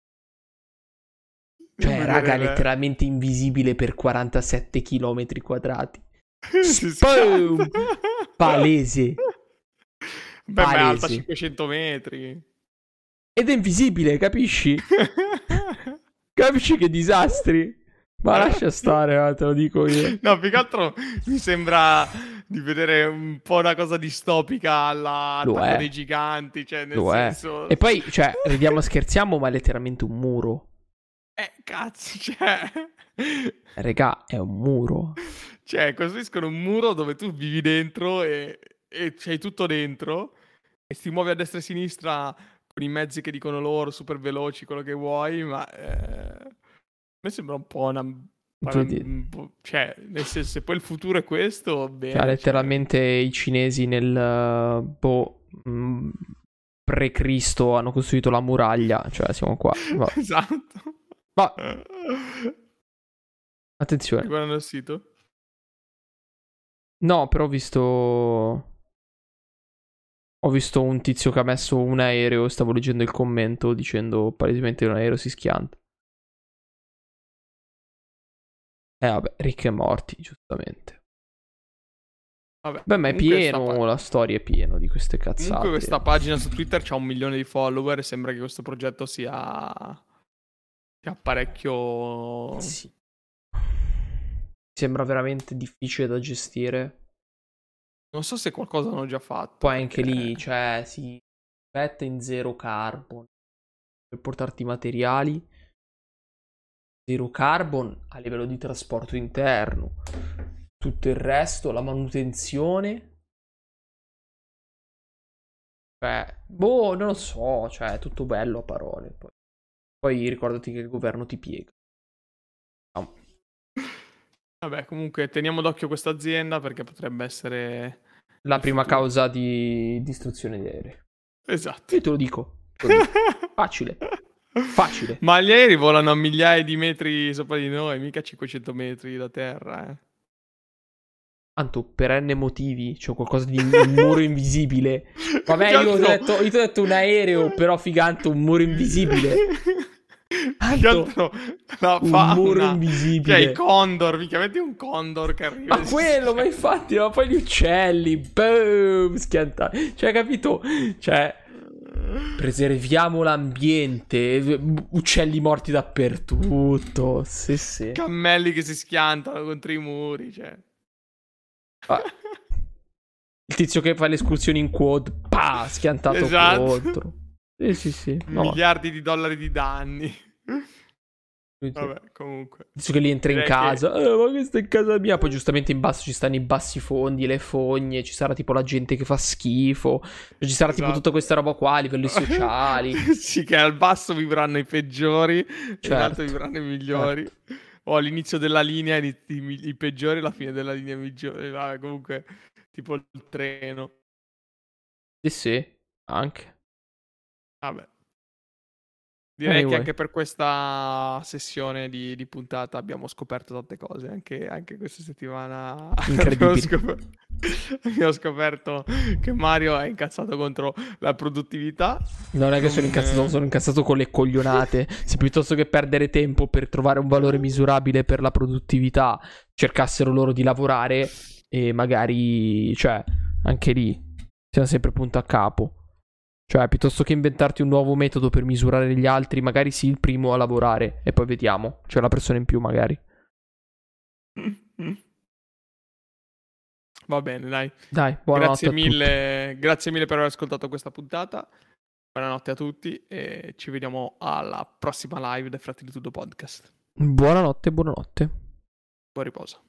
Cioè, raga, letteralmente invisibile per quarantasette chilometri quadrati. Boom! Palese. Beh, ma è alta Palese. cinquecento metri. Ed è invisibile, capisci? Capisci che disastri? Ma lascia stare, eh, te lo dico io. No, più che altro mi sembra di vedere un po' una cosa distopica alla Lo Attacco è. dei Giganti, cioè nel Lo è. senso... E poi, cioè, ridiamo scherziamo, ma è letteralmente un muro. Eh, cazzo, cioè... Regà, è un muro. Cioè, costruiscono un muro dove tu vivi dentro e, e c'hai tutto dentro e si muove a destra e a sinistra con i mezzi che dicono loro, super veloci, quello che vuoi, ma... Eh, a me sembra un po' una... Vedi. un po'- cioè, nel senso, se poi il futuro è questo, bene. Cioè, letteralmente i cinesi nel uh, boh, mh, pre-Cristo hanno costruito la muraglia. Cioè, siamo qua. Va. Cioè, esatto. Ma Stai attenzione. guardando il sito? No, però ho visto. Ho visto un tizio che ha messo un aereo. Stavo leggendo il commento dicendo palesemente un aereo si schianta. Eh vabbè, ricchi e morti, giustamente. Vabbè, Beh, ma è comunque pieno, sta pa- la storia è pieno di queste cazzate. Comunque questa pagina su Twitter c'ha un milione di follower e sembra che questo progetto sia... sia parecchio... Sì. Sembra veramente difficile da gestire. Non so se qualcosa hanno già fatto. Poi anche perché- lì, cioè, si mette in zero carbon per portarti i materiali. Zero carbon a livello di trasporto interno. Tutto il resto, la manutenzione. Cioè, boh, non lo so, cioè, è tutto bello a parole. Poi, poi ricordati che il governo ti piega. No. Vabbè, comunque teniamo d'occhio questa azienda perché potrebbe essere... La il prima futuro. causa di distruzione di aerei. Esatto. Io te lo dico. Te lo dico. Facile. Facile. Ma gli aerei volano a migliaia di metri sopra di noi, mica cinquecento metri da terra, eh. Tanto per n motivi c'è qualcosa di un muro invisibile. Vabbè, io ti ho detto, io ti ho detto un aereo, però figante, un muro invisibile. Che Tanto, altro la un fauna. muro Cioè, invisibile. i condor, mica metti un condor che arriva. Ma quello, ma infatti, ma poi gli uccelli, boom, schiantati. Cioè, capito? Cioè, preserviamo l'ambiente, uccelli morti dappertutto. Sì, sì. Cammelli che si schiantano contro i muri, cioè. Ah. Il tizio che fa le escursioni in quad, pa, schiantato Esatto. contro. Sì, sì, sì. No, Miliardi di dollari di danni. il Vabbè, comunque. tizio che li entra in Direi casa. Eh, ma questa è casa mia. Poi giustamente in basso ci stanno i bassi fondi, le fogne. Ci sarà tipo la gente che fa schifo. Ci sarà tipo Esatto. tutta questa roba qua a livelli sociali. Sì, che al basso vivranno i peggiori e in Certo. alto vivranno i migliori. O all'inizio della linea i, i, i peggiori e alla fine della linea i migliori. Vabbè, comunque, tipo il treno. Sì, sì, anche. Vabbè. Direi Anyway. che anche per questa sessione di, di puntata abbiamo scoperto tante cose. Anche, anche questa settimana abbiamo Incredibile. scoperto, abbiamo scoperto che Mario è incazzato contro la produttività. Non è che sono Con, incazzato, eh, sono incazzato con le coglionate. Se piuttosto che perdere tempo per trovare un valore misurabile per la produttività, cercassero loro di lavorare e magari, cioè, anche lì siamo sempre punto a capo. Cioè, piuttosto che inventarti un nuovo metodo per misurare gli altri, magari sii il primo a lavorare e poi vediamo. C'è la persona in più, magari. Va bene, dai. Dai, buonanotte Grazie a tutti. mille, grazie mille per aver ascoltato questa puntata. Buonanotte a tutti e ci vediamo alla prossima live del Fratelli Tutto Podcast. Buonanotte, buonanotte. Buon riposo.